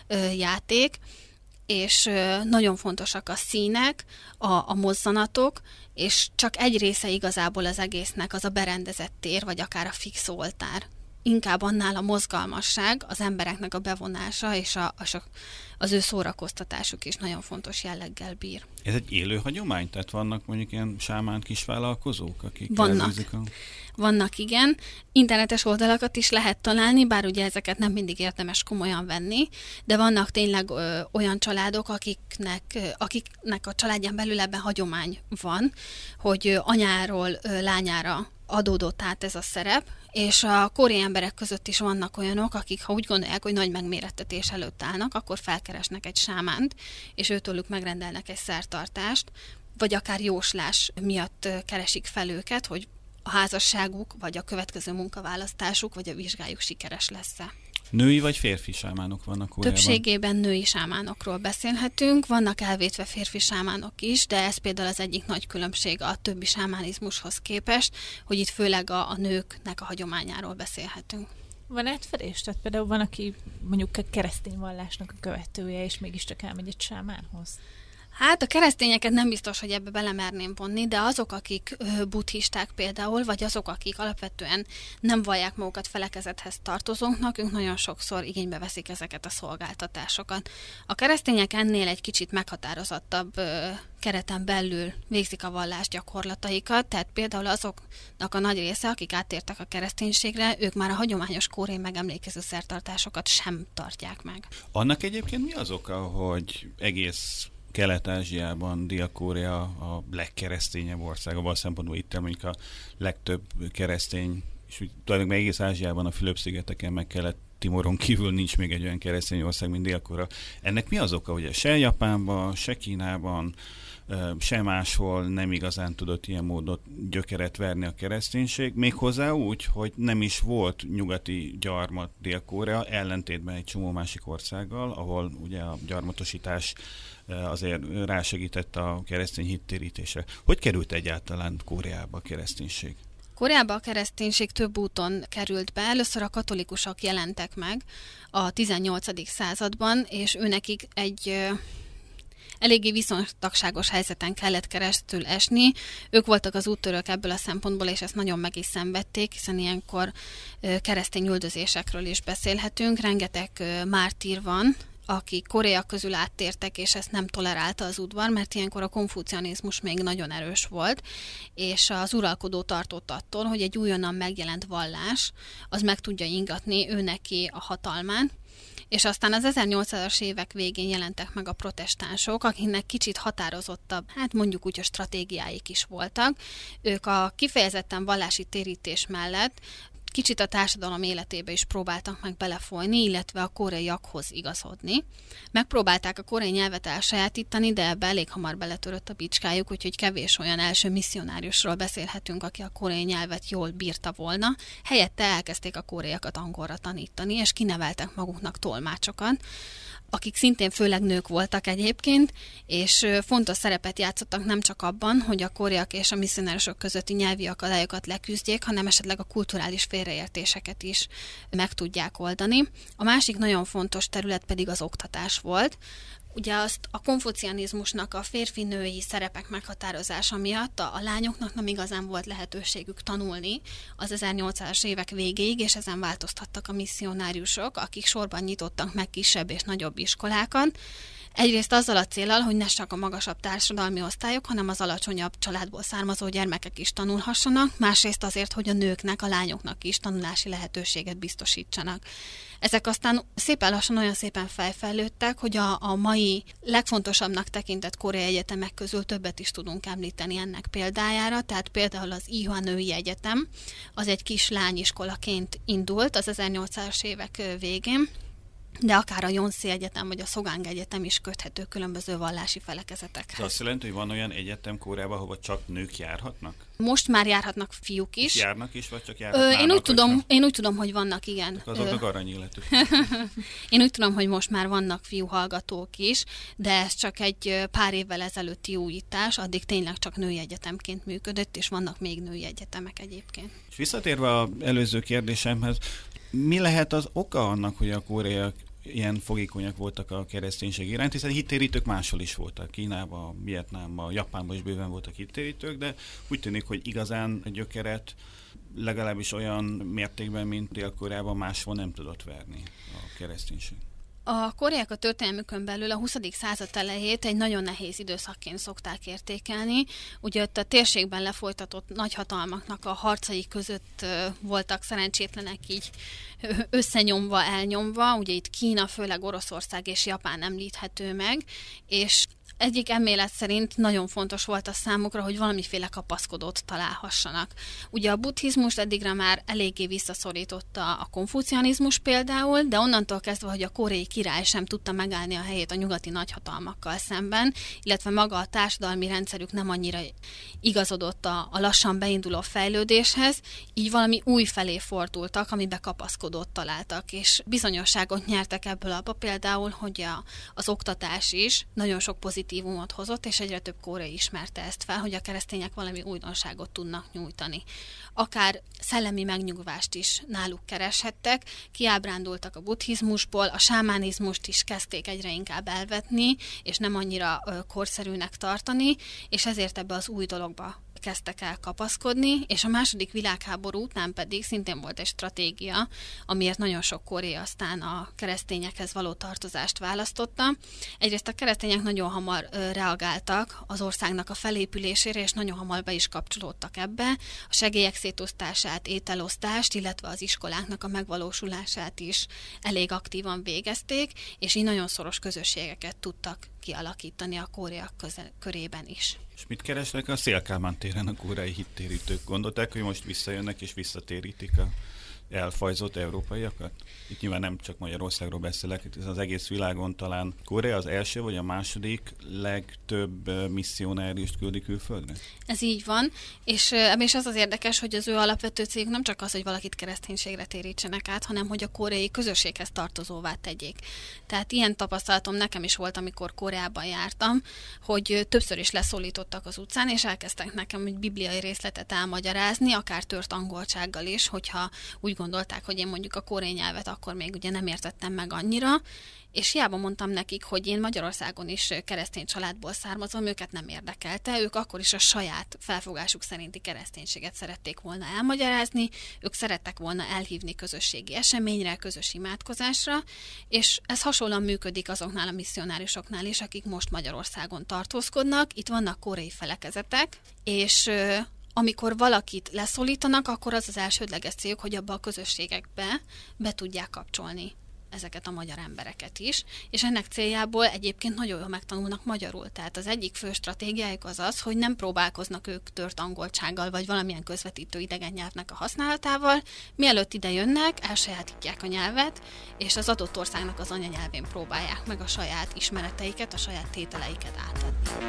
játék, és nagyon fontosak a színek, a mozzanatok, és csak egy része igazából az egésznek az a berendezett tér, vagy akár a fix oltár. Inkább annál a mozgalmasság, az embereknek a bevonása, és az ő szórakoztatásuk is nagyon fontos jelleggel bír. Ez egy élő hagyomány? Tehát vannak mondjuk ilyen sámán kisvállalkozók, akik elvégzik Vannak, igen. Internetes oldalakat is lehet találni, bár ugye ezeket nem mindig érdemes komolyan venni, de vannak tényleg olyan családok, akiknek a családján belül ebben hagyomány van, hogy anyáról lányára adódott át ez a szerep, és a koreai emberek között is vannak olyanok, akik, ha úgy gondolják, hogy nagy megmérettetés előtt állnak, akkor felkeresnek egy sámánt, és őtőlük megrendelnek egy szertartást, vagy akár jóslás miatt keresik fel őket, hogy a házasságuk, vagy a következő munkaválasztásuk, vagy a vizsgájuk sikeres lesz-e. Női vagy férfi sámánok vannak Koreában? Többségében női sámánokról beszélhetünk, vannak elvétve férfi sámánok is, de ez például az egyik nagy különbség a többi sámánizmushoz képest, hogy itt főleg a nőknek a hagyományáról beszélhetünk. Van átfedés? Tehát például van, aki mondjuk a keresztény vallásnak a követője, és mégiscsak elmegy egy sámánhoz? Hát a keresztényeket nem biztos, hogy ebbe belemerném vonni, de azok, akik buddhisták például, vagy azok, akik alapvetően nem vallják magukat felekezethez tartozóknak, ők nagyon sokszor igénybe veszik ezeket a szolgáltatásokat. A keresztények ennél egy kicsit meghatározottabb kereten belül végzik a vallás gyakorlataikat, tehát például azoknak a nagy része, akik áttértek a kereszténységre, ők már a hagyományos koreai megemlékező szertartásokat sem tartják meg. Annak egyébként mi az oka, hogy egész Kelet-Ázsiában Dél-Korea a legkeresztényebb ország, abban a szempontból itt mondjuk a legtöbb keresztény, és tulajdonképpen egész Ázsiában, a Fülöp-szigeteken, meg Kelet-Timoron kívül nincs még egy olyan keresztény ország, mint Dél-Korea. Ennek mi az oka, hogy se Japánban, se Kínában, se máshol nem igazán tudott ilyen módon gyökeret verni a kereszténység, méghozzá úgy, hogy nem is volt nyugati gyarmat Dél-Korea, ellentétben egy csomó másik országgal, ahol ugye a gyarmatosítás azért rásegített a keresztény hittérítésre. Hogy került egyáltalán Koreába a kereszténység? Koreába a kereszténység több úton került be. Először a katolikusok jelentek meg a 18. században, és őnekik egy eléggé viszontagságos helyzeten kellett keresztül esni. Ők voltak az úttörők ebből a szempontból, és ezt nagyon meg is szenvedték, hiszen ilyenkor keresztény üldözésekről is beszélhetünk. Rengeteg mártír van, akik Korea közül áttértek, és ezt nem tolerálta az udvar, mert ilyenkor a konfucianizmus még nagyon erős volt, és az uralkodó tartott attól, hogy egy újonnan megjelent vallás, az meg tudja ingatni őneki a hatalmán, és aztán az 1800-as évek végén jelentek meg a protestánsok, akiknek kicsit határozottabb, hát mondjuk úgy, a stratégiáik is voltak. Ők a kifejezetten vallási térítés mellett kicsit a társadalom életébe is próbáltak meg belefolyni, illetve a koreaiakhoz igazodni. Megpróbálták a koreai nyelvet elsajátítani, de ebbe elég hamar beletörött a bicskájuk, úgyhogy kevés olyan első misszionáriusról beszélhetünk, aki a koreai nyelvet jól bírta volna. Helyette elkezdték a koreaiakat angolra tanítani, és kineveltek maguknak tolmácsokat, akik szintén főleg nők voltak egyébként, és fontos szerepet játszottak nem csak abban, hogy a koreaiak és a misszionárusok közötti nyelvi akadályokat leküzdjék, hanem esetleg a kulturális félreértéseket is meg tudják oldani. A másik nagyon fontos terület pedig az oktatás volt. Ugye azt a konfucianizmusnak a férfi-női szerepek meghatározása miatt a lányoknak nem igazán volt lehetőségük tanulni az 1800-as évek végéig, és ezen változtattak a misszionáriusok, akik sorban nyitottak meg kisebb és nagyobb iskolákat. Egyrészt azzal a céllal, hogy ne csak a magasabb társadalmi osztályok, hanem az alacsonyabb családból származó gyermekek is tanulhassanak, másrészt azért, hogy a nőknek, a lányoknak is tanulási lehetőséget biztosítsanak. Ezek aztán szépen lassan olyan szépen felfejlődtek, hogy a mai legfontosabbnak tekintett koreai egyetemek közül többet is tudunk említeni ennek példájára, tehát például az Ihwa Női Egyetem, az egy kis lányiskolaként indult az 1800-as évek végén, de akár a Yonsei Egyetem vagy a Sogang Egyetem is köthető különböző vallási felekezetekhez. Ez azt jelenti, hogy van olyan egyetem Koreában, ahova csak nők járhatnak? Most már járhatnak fiúk is. Járnak is, vagy csak járhatnának? Én úgy tudom, hogy vannak, igen. Azoknak arany életük. Én úgy tudom, hogy most már vannak fiú hallgatók is, de ez csak egy pár évvel ezelőtti újítás, addig tényleg csak női egyetemként működött, és vannak még női egyetemek egyébként. És visszatérve az előző kérdésemhez, mi lehet az oka annak, hogy a koreaiak ilyen fogékonyak voltak a kereszténység iránt, hiszen hittérítők máshol is voltak. Kínában, Vietnámban, Japánban is bőven voltak hittérítők, de úgy tűnik, hogy igazán a gyökeret legalábbis olyan mértékben, mint Dél-Koreában máshol nem tudott verni a kereszténység. A koreaiak a történelmükön belül a 20. század elejét egy nagyon nehéz időszakként szokták értékelni. Ugye ott a térségben lefolytatott nagyhatalmaknak a harcai között voltak szerencsétlenek így összenyomva, elnyomva. Ugye itt Kína, főleg Oroszország és Japán említhető meg, és egyik elmélet szerint nagyon fontos volt a számukra, hogy valamiféle kapaszkodót találhassanak. Ugye a buddhizmust eddigre már eléggé visszaszorította a konfucianizmus például, de onnantól kezdve, hogy a koreai király sem tudta megállni a helyét a nyugati nagyhatalmakkal szemben, illetve maga a társadalmi rendszerük nem annyira igazodott a lassan beinduló fejlődéshez, így valami új felé fordultak, amiben kapaszkodót találtak, és bizonyosságot nyertek ebből abba például, hogy az oktatás is nagyon sok pozitívumot hozott, és egyre több koreai ismerte ezt fel, hogy a keresztények valami újdonságot tudnak nyújtani. Akár szellemi megnyugvást is náluk kereshettek, kiábrándultak a buddhizmusból, a sámánizmust is kezdték egyre inkább elvetni, és nem annyira korszerűnek tartani, és ezért ebbe az új dologba kezdtek el kapaszkodni, és a második világháború után pedig szintén volt egy stratégia, amiért nagyon sok koreai aztán a keresztényekhez való tartozást választotta. Egyrészt a keresztények nagyon hamar reagáltak az országnak a felépülésére, és nagyon hamar be is kapcsolódtak ebbe. A segélyek szétosztását, ételosztást, illetve az iskoláknak a megvalósulását is elég aktívan végezték, és így nagyon szoros közösségeket tudtak kialakítani a koreaiak körében is. És mit keresnek a Szél-Kálmán téren a koreai hittérítők? Gondolták, hogy most visszajönnek és visszatérítik a elfajzott európaiakat? Itt nyilván nem csak Magyarországról beszélek, itt az egész világon talán Korea az első vagy a második legtöbb misszionárist küldi külföldre? Ez így van, és az az érdekes, hogy az ő alapvető céljuk nem csak az, hogy valakit kereszténységre térítsenek át, hanem hogy a koreai közösséghez tartozóvá tegyék. Tehát ilyen tapasztalatom nekem is volt, amikor Koreában jártam, hogy többször is leszólítottak az utcán, és elkezdtek nekem egy bibliai részletet elmagyarázni, akár tört angolsággal is, hogyha úgy gondolták, hogy én mondjuk a koreai nyelvet akkor még ugye nem értettem meg annyira, és hiába mondtam nekik, hogy én Magyarországon is keresztény családból származom, őket nem érdekelte, ők akkor is a saját felfogásuk szerinti kereszténységet szerették volna elmagyarázni, ők szerettek volna elhívni közösségi eseményre, közös imádkozásra, és ez hasonlóan működik azoknál a misszionárisoknál is, akik most Magyarországon tartózkodnak. Itt vannak koreai felekezetek, és amikor valakit leszólítanak, akkor az az elsődleges céljuk, hogy abba a közösségekbe be tudják kapcsolni ezeket a magyar embereket is, és ennek céljából egyébként nagyon jól megtanulnak magyarul. Tehát az egyik fő stratégiájuk az az, hogy nem próbálkoznak ők tört angolsággal, vagy valamilyen közvetítő idegen nyelvnek a használatával, mielőtt ide jönnek, elsajátítják a nyelvet, és az adott országnak az anyanyelvén próbálják meg a saját ismereteiket, a saját tételeiket átadni.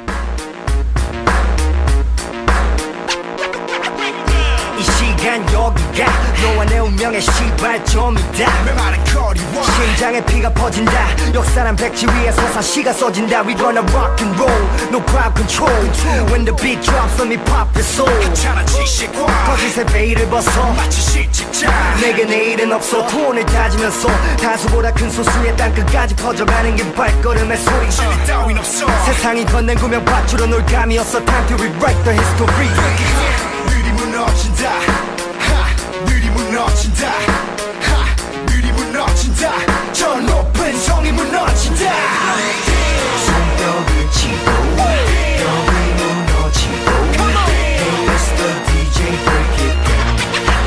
이 시간 여기가 너와 내 운명의 시발점이다 메마른 거리와 심장에 피가 퍼진다 역사란 백지 위에 솟아시가 쏟진다 We gonna rock and roll No crowd control When the beat drops let me pop the soul 괜찮아 지식과 거짓의 베일을 벗어 마치 실직자 내게 내일은 없어 톤을 다지면서 다수보다 큰 소수의 땅끝까지 퍼져가는 게 발걸음의 소리 진리 따윈 없어 세상이 건넨 구명받주로 놀 감이었어 Time to rewrite the history 느리 무너진다 느리 무너진다 느리 무너진다 저 높은 성이 무너진다 손뼉을 치고 벽이 무너지고 Hey Mr. DJ break it down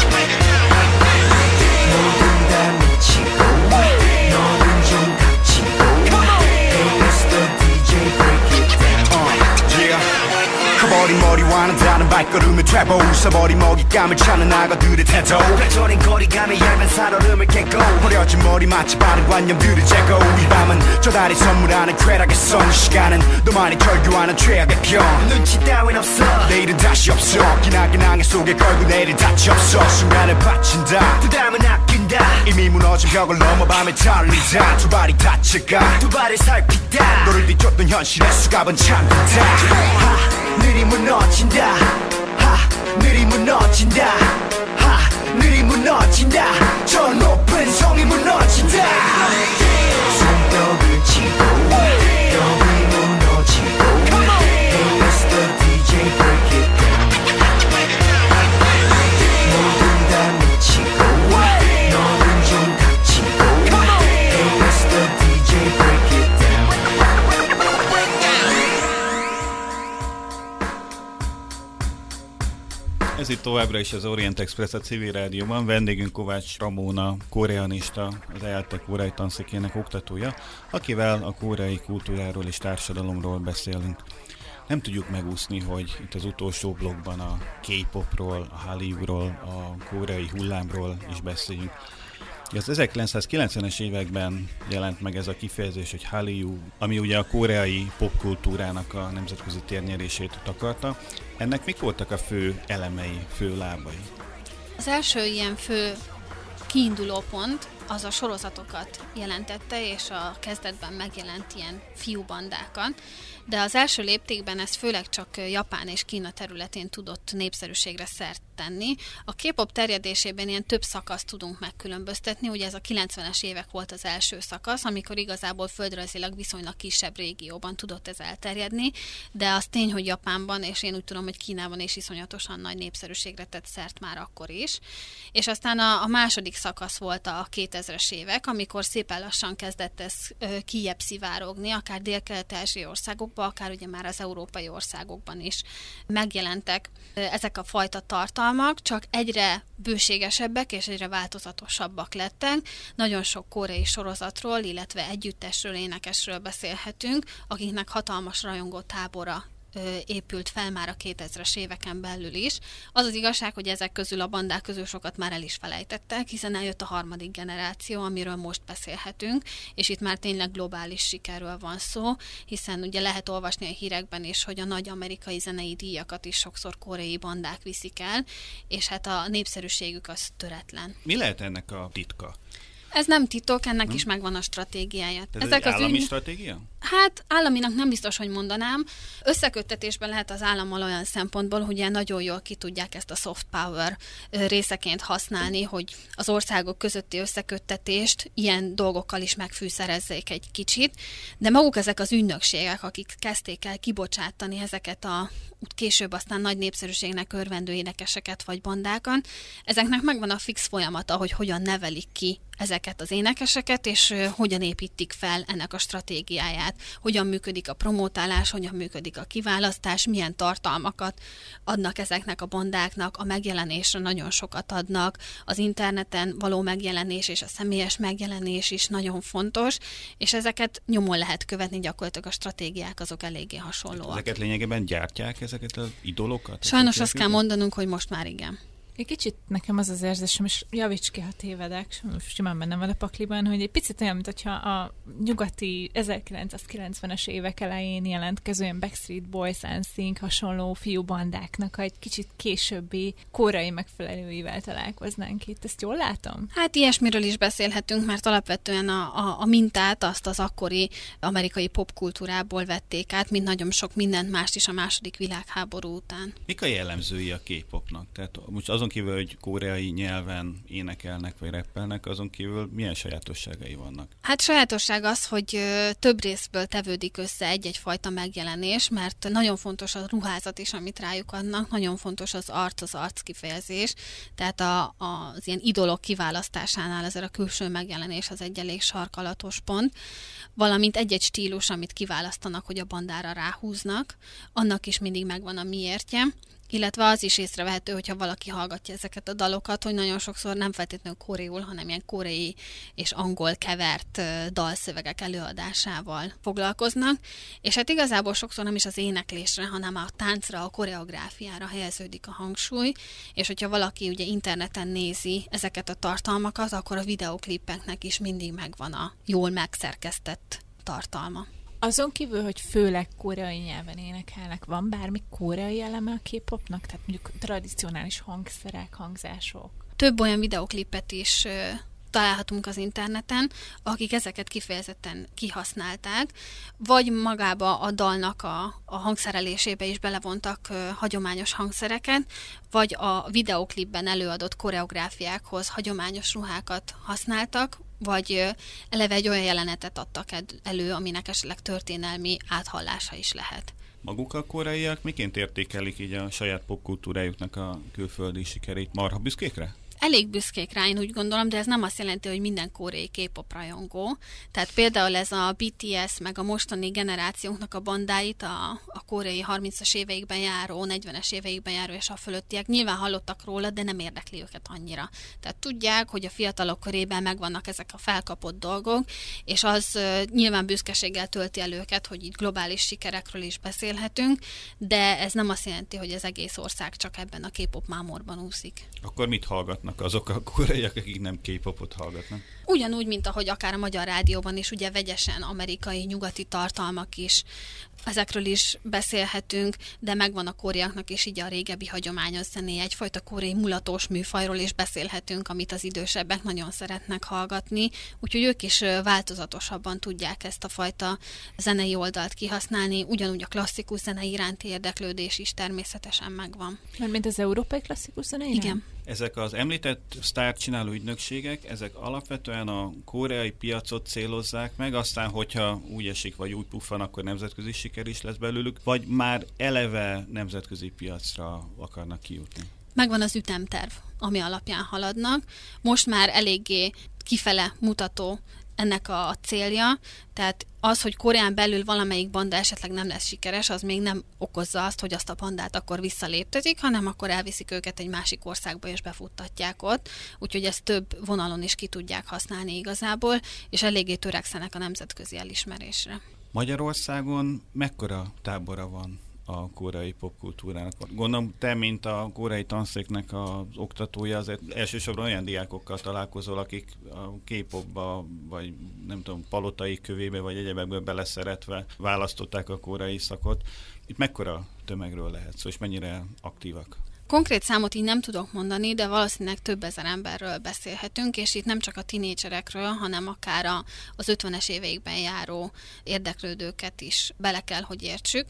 모두 다 미치고 너는 좀 닥치고 Hey Mr. DJ break it down 커버린 머리와는 다른 밝기 발걸음을 되고 웃어버린 먹잇감을 찾는 악어들의 태도 펼쳐진 거리감에 얇은 살얼음을 깨고 버려진 머리 마치 바른 관념들을 재고 이 밤은 저 달이 선물하는 쾌락의 성 시간은 너만이 절규하는 최악의 병 눈치 따윈 없어 내일은 다시 없어 기나긴 항해 속에 걸고 내일은 다치 없어 순간을 바친다 부담은 아낀다 이미 무너진 벽을 넘어 밤에 달리다 두 발이 다쳐가 두 발을 살피다 너를 뒤쫓던 현실의 수갑은 참다 하늘이 무너진다 하늘이 무너진다 하늘이 무너진다 저 높은 성이 무너진다 손뼉을 치고 벽이 무너지고 Hey Mr. DJ break it down 모두 다 미치고 너는 좀 닥치고 Hey Mr. DJ break it down Ez itt továbbra is az Orient Express a civil rádióban. Vendégünk Kovács Ramóna, koreanista, az ELTE koreai tanszékének oktatója, akivel a koreai kultúráról és társadalomról beszélünk. Nem tudjuk megúszni, hogy itt az utolsó blogban a K-popról, a Hallyu-ról, a koreai hullámról is beszéljünk. Az 1990-es években jelent meg ez a kifejezés, hogy Hallyu, ami ugye a koreai popkultúrának a nemzetközi térnyerését takarta. Ennek mik voltak a fő elemei, fő lábai? Az első ilyen fő kiinduló pont az a sorozatokat jelentette, és a kezdetben megjelent ilyen fiúbandákat, de az első léptékben ez főleg csak Japán és Kína területén tudott népszerűségre szert tenni. A K-pop terjedésében ilyen több szakaszt tudunk megkülönböztetni, ugye ez a 90-es évek volt az első szakasz, amikor igazából földrajzilag viszonylag kisebb régióban tudott ez elterjedni, de az tény, hogy Japánban, és én úgy tudom, hogy Kínában is iszonyatosan nagy népszerűségre tett szert már akkor is. És aztán a második szakasz volt a 2000-es évek, amikor szépen lassan kezdett ez kijjebb szivárogni, akár dél-kelet-ázsiai országokban, akár ugye már az európai országokban is megjelentek ezek a fajta tartalmak, csak egyre bőségesebbek és egyre változatosabbak lettek. Nagyon sok koreai sorozatról, illetve együttesről, énekesről beszélhetünk, akiknek hatalmas rajongó tábora épült fel már a 2000-es éveken belül is. Az az igazság, hogy ezek közül a bandák közül sokat már el is felejtettek, hiszen eljött a harmadik generáció, amiről most beszélhetünk, és itt már tényleg globális sikerről van szó, hiszen ugye lehet olvasni a hírekben is, hogy a nagy amerikai zenei díjakat is sokszor koreai bandák viszik el, és hát a népszerűségük az töretlen. Mi lehet ennek a titka? Ez nem titok, ennek is megvan a stratégiája. Ez egy állami stratégia? Hát államinak nem biztos, hogy mondanám. Összeköttetésben lehet az állammal olyan szempontból, hogy nagyon jól ki tudják ezt a soft power részeként használni, hogy az országok közötti összeköttetést ilyen dolgokkal is megfűszerezzék egy kicsit, de maguk ezek az ügynökségek, akik kezdték el kibocsátani ezeket a később aztán nagy népszerűségnek örvendő énekeseket vagy bandákat, ezeknek megvan a fix folyamata, hogy hogyan nevelik ki ezeket az énekeseket, és hogyan építik fel ennek a stratégiáját, hogyan működik a promótálás, hogyan működik a kiválasztás, milyen tartalmakat adnak ezeknek a bandáknak, a megjelenésre nagyon sokat adnak, az interneten való megjelenés és a személyes megjelenés is nagyon fontos, és ezeket nyomon lehet követni, gyakorlatilag a stratégiák azok eléggé hasonlóak. Ezeket lényegében gyártják, ezeket az idolokat? Sajnos azt kell mondanunk, hogy most már igen. Egy kicsit nekem az az érzésem, és javíts ki, ha tévedek, simán bennem van a pakliban, hogy egy picit olyan, mint hogyha a nyugati 1990-es évek elején jelentkező olyan Backstreet Boys, NSYNC hasonló fiúbandáknak egy kicsit későbbi koreai megfelelőivel találkoznánk itt. Ezt jól látom? Hát ilyesmiről is beszélhetünk, mert alapvetően a mintát azt az akkori amerikai popkultúrából vették át, mint nagyon sok mindent mást is a második világháború után. Mik a jellemzői a K-popnak? Tehát most azon kívül, hogy koreai nyelven énekelnek vagy rappelnek, azon kívül milyen sajátosságai vannak? Hát sajátosság az, hogy több részből tevődik össze egy-egy fajta megjelenés, mert nagyon fontos a ruházat is, amit rájuk adnak, nagyon fontos az arc kifejezés, tehát az ilyen idolok kiválasztásánál ezért a külső megjelenés az egy elég sarkalatos pont, valamint egy-egy stílus, amit kiválasztanak, hogy a bandára ráhúznak, annak is mindig megvan a miértje, illetve az is észrevehető, hogyha valaki hallgatja ezeket a dalokat, hogy nagyon sokszor nem feltétlenül koreul, hanem ilyen koreai és angol kevert dalszövegek előadásával foglalkoznak, és hát igazából sokszor nem is az éneklésre, hanem a táncra, a koreográfiára helyeződik a hangsúly, és hogyha valaki ugye interneten nézi ezeket a tartalmakat, akkor a videóklipeknek is mindig megvan a jól megszerkesztett tartalma. Azon kívül, hogy főleg koreai nyelven énekelnek, van bármi koreai eleme a K-popnak? Tehát mondjuk tradicionális hangszerek, hangzások? Több olyan videóklipet is találhatunk az interneten, akik ezeket kifejezetten kihasználták, vagy magába a dalnak a hangszerelésébe is belevontak hagyományos hangszereket, vagy a videóklipben előadott koreográfiákhoz hagyományos ruhákat használtak, vagy eleve egy olyan jelenetet adtak elő, aminek esetleg történelmi áthallása is lehet. Maguk a koreaiak miként értékelik így a saját popkultúrájuknak a külföldi sikerét? Marha büszkék? Elég büszkék rá, én úgy gondolom, de ez nem azt jelenti, hogy minden koreai K-pop rajongó. Tehát például ez a BTS, meg a mostani generációknak a bandáit, a koreai 30-as éveikben járó, 40-es éveikben járó és a fölöttiek nyilván hallottak róla, de nem érdekli őket annyira. Tehát tudják, hogy a fiatalok körében megvannak ezek a felkapott dolgok, és az nyilván büszkeséggel tölti el őket, hogy itt globális sikerekről is beszélhetünk, de ez nem azt jelenti, hogy az egész ország csak ebben a K-pop mámorban úszik. Akkor mit hallgatnak azok a koreaiak, akik nem K-popot hallgatnak? Ugyanúgy, mint ahogy akár a Magyar Rádióban is, ugye vegyesen amerikai, nyugati tartalmak is, ezekről is beszélhetünk, de megvan a koreaiaknak is így a régebbi hagyományos zenéje, egyfajta koreai mulatós műfajról is beszélhetünk, amit az idősebbek nagyon szeretnek hallgatni, úgyhogy ők is változatosabban tudják ezt a fajta zenei oldalt kihasználni, ugyanúgy a klasszikus zene iránti érdeklődés is természetesen megvan. Mint az európai klasszikus zene iránt? Igen. Ezek az említett sztárcsináló ügynökségek, ezek alapvetően a koreai piacot célozzák meg, aztán, hogyha úgy esik, vagy úgy puffan, akkor nemzetközi siker is lesz belőlük, vagy már eleve nemzetközi piacra akarnak kijutni? Megvan az ütemterv, ami alapján haladnak. Most már eléggé kifele mutató ennek a célja, tehát az, hogy Koreán belül valamelyik banda esetleg nem lesz sikeres, az még nem okozza azt, hogy azt a bandát akkor visszaléptetik, hanem akkor elviszik őket egy másik országba és befuttatják ott, úgyhogy ezt több vonalon is ki tudják használni igazából, és eléggé törekszenek a nemzetközi elismerésre. Magyarországon mekkora tábora van a koreai popkultúrának? Gondolom, te, mint a koreai tanszéknek az oktatója, azért elsősorban olyan diákokkal találkozol, akik a K-popba, vagy nem tudom, palotai kövébe, vagy egyebekből beleszeretve választották a koreai szakot. Itt mekkora tömegről lehet szó, és mennyire aktívak? Konkrét számot így nem tudok mondani, de valószínűleg több ezer emberről beszélhetünk, és itt nem csak a tinédzserekről, hanem akár az 50-es éveikben járó érdeklődőket is bele kell, hogy értsük.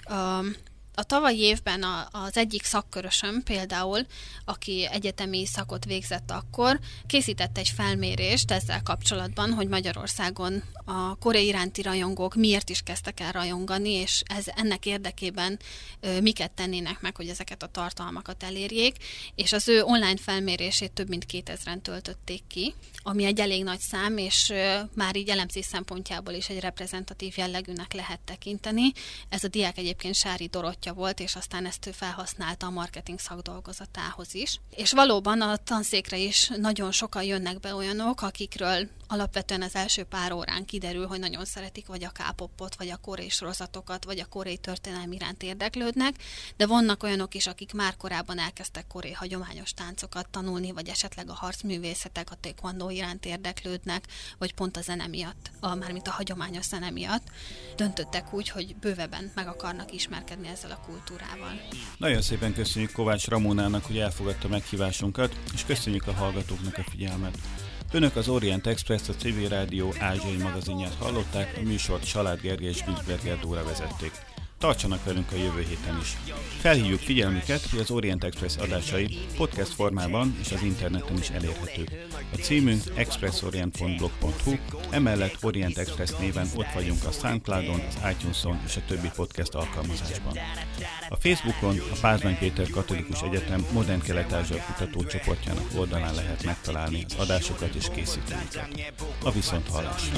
A tavalyi évben az egyik szakkörösöm például, aki egyetemi szakot végzett akkor, készített egy felmérést ezzel kapcsolatban, hogy Magyarországon a koreai iránti rajongók miért is kezdtek el rajongani, és ennek érdekében miket tennének meg, hogy ezeket a tartalmakat elérjék, és az ő online felmérését több mint 2000-en töltötték ki, ami egy elég nagy szám, és már így elemzés szempontjából is egy reprezentatív jellegűnek lehet tekinteni. Ez a diák egyébként Sári Dorottya volt, és aztán ezt ő felhasználta a marketing szakdolgozatához is. És valóban a tanszékre is nagyon sokan jönnek be olyanok, akikről alapvetően az első pár órán kiderül, hogy nagyon szeretik vagy a K-popot, vagy a koreai sorozatokat, vagy a koreai történelem iránt érdeklődnek, de vannak olyanok is, akik már korábban elkezdtek koreai hagyományos táncokat tanulni, vagy esetleg a harcművészetek, a taekwondo iránt érdeklődnek, vagy pont a zene miatt, mármint a hagyományos zene miatt döntöttek úgy, hogy bővebben meg akarnak ismerkedni ezzel a kultúrával. Nagyon szépen köszönjük Kovács Ramónának, hogy elfogadta meghívásunkat, és köszönjük a hallgatóknak a figyelmet. Önök az Orient Express, a Civil Rádió ázsiai magazinját hallották, a műsort Salád Gergely és Günzberger Dóra vezették. Tartsanak velünk a jövő héten is. Felhívjuk figyelmüket, hogy az Orient Express adásai podcast formában és az interneten is elérhetők. A címünk expressorient.blog.hu, emellett Orient Express néven ott vagyunk a Soundcloudon, az iTunes-on és a többi podcast alkalmazásban. A Facebookon a Pázmány Péter Katolikus Egyetem Modern Kelet-Ázsia kutatócsoportjának oldalán lehet megtalálni az adásokat és készítőiket. A viszonthallásra!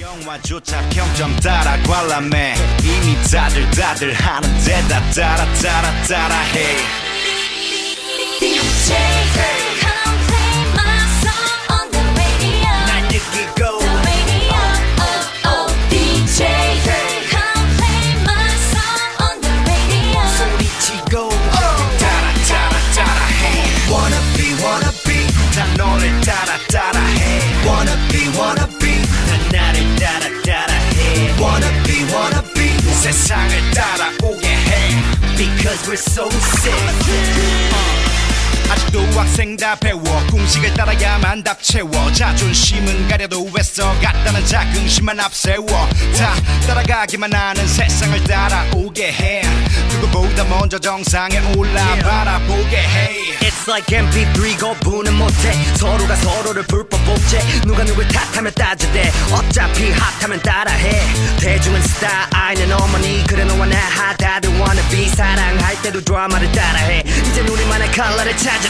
하는데 다 따라 해 DJ come play my song on the radio 날 느끼고 the radio oh oh DJ come play my song on the radio 소리치고 따라 따라 따라 해 wanna be 다 너를 따라 따라 해 wanna be 다 나를 따라 따라 해 wanna be 세상을 따라오게 해 Because we're so sick 아직도 학생다 배워 공식을 따라야만 답 채워 자존심은 가려도 애써 갔다는 자긍심만 앞세워 다 따라가기만 하는 세상을 따라오게 해 누구보다 먼저 정상에 올라 바라보게 해 It's like MP3 거부는 못해 서로가 서로를 불법 복제 누가 누굴 탓하면 따지대 어차피 핫하면 따라해 대중은 스타 아이는 어머니 그래 너와 나 하다들 wannabe 사랑할 때도 드라마를 따라해 이젠 우리만의 컬러를 찾아내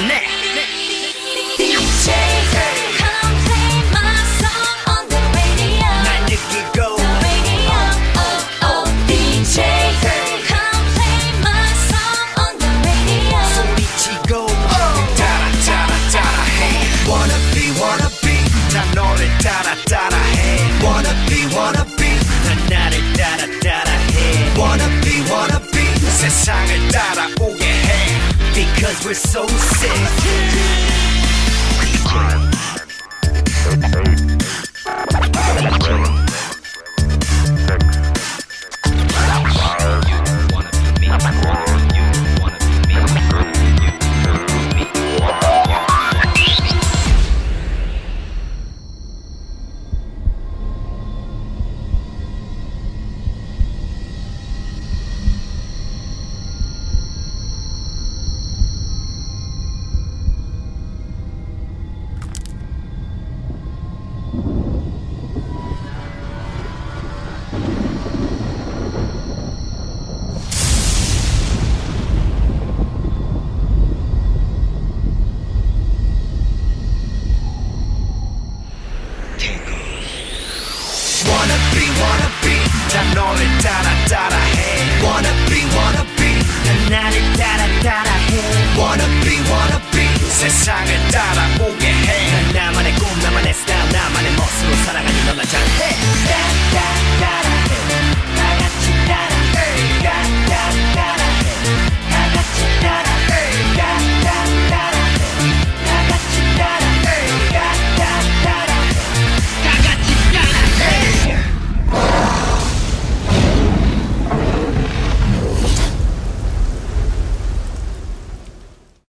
DJ come play my song on the radio 날 느끼고 the radio oh oh DJ come play my song on the radio 소리치고 따라 따라 따라 해 wanna be 다 너를 따라 따라 해 wanna be 다 나를 따라 따라 해 wanna be 세상을 따라오게 해 Because we're so sick wanna be 다 너를 따라 따라 해 wanna be 다 나를 따라 따라 해 wanna be 세상을 따라오게 해 난 나만의 꿈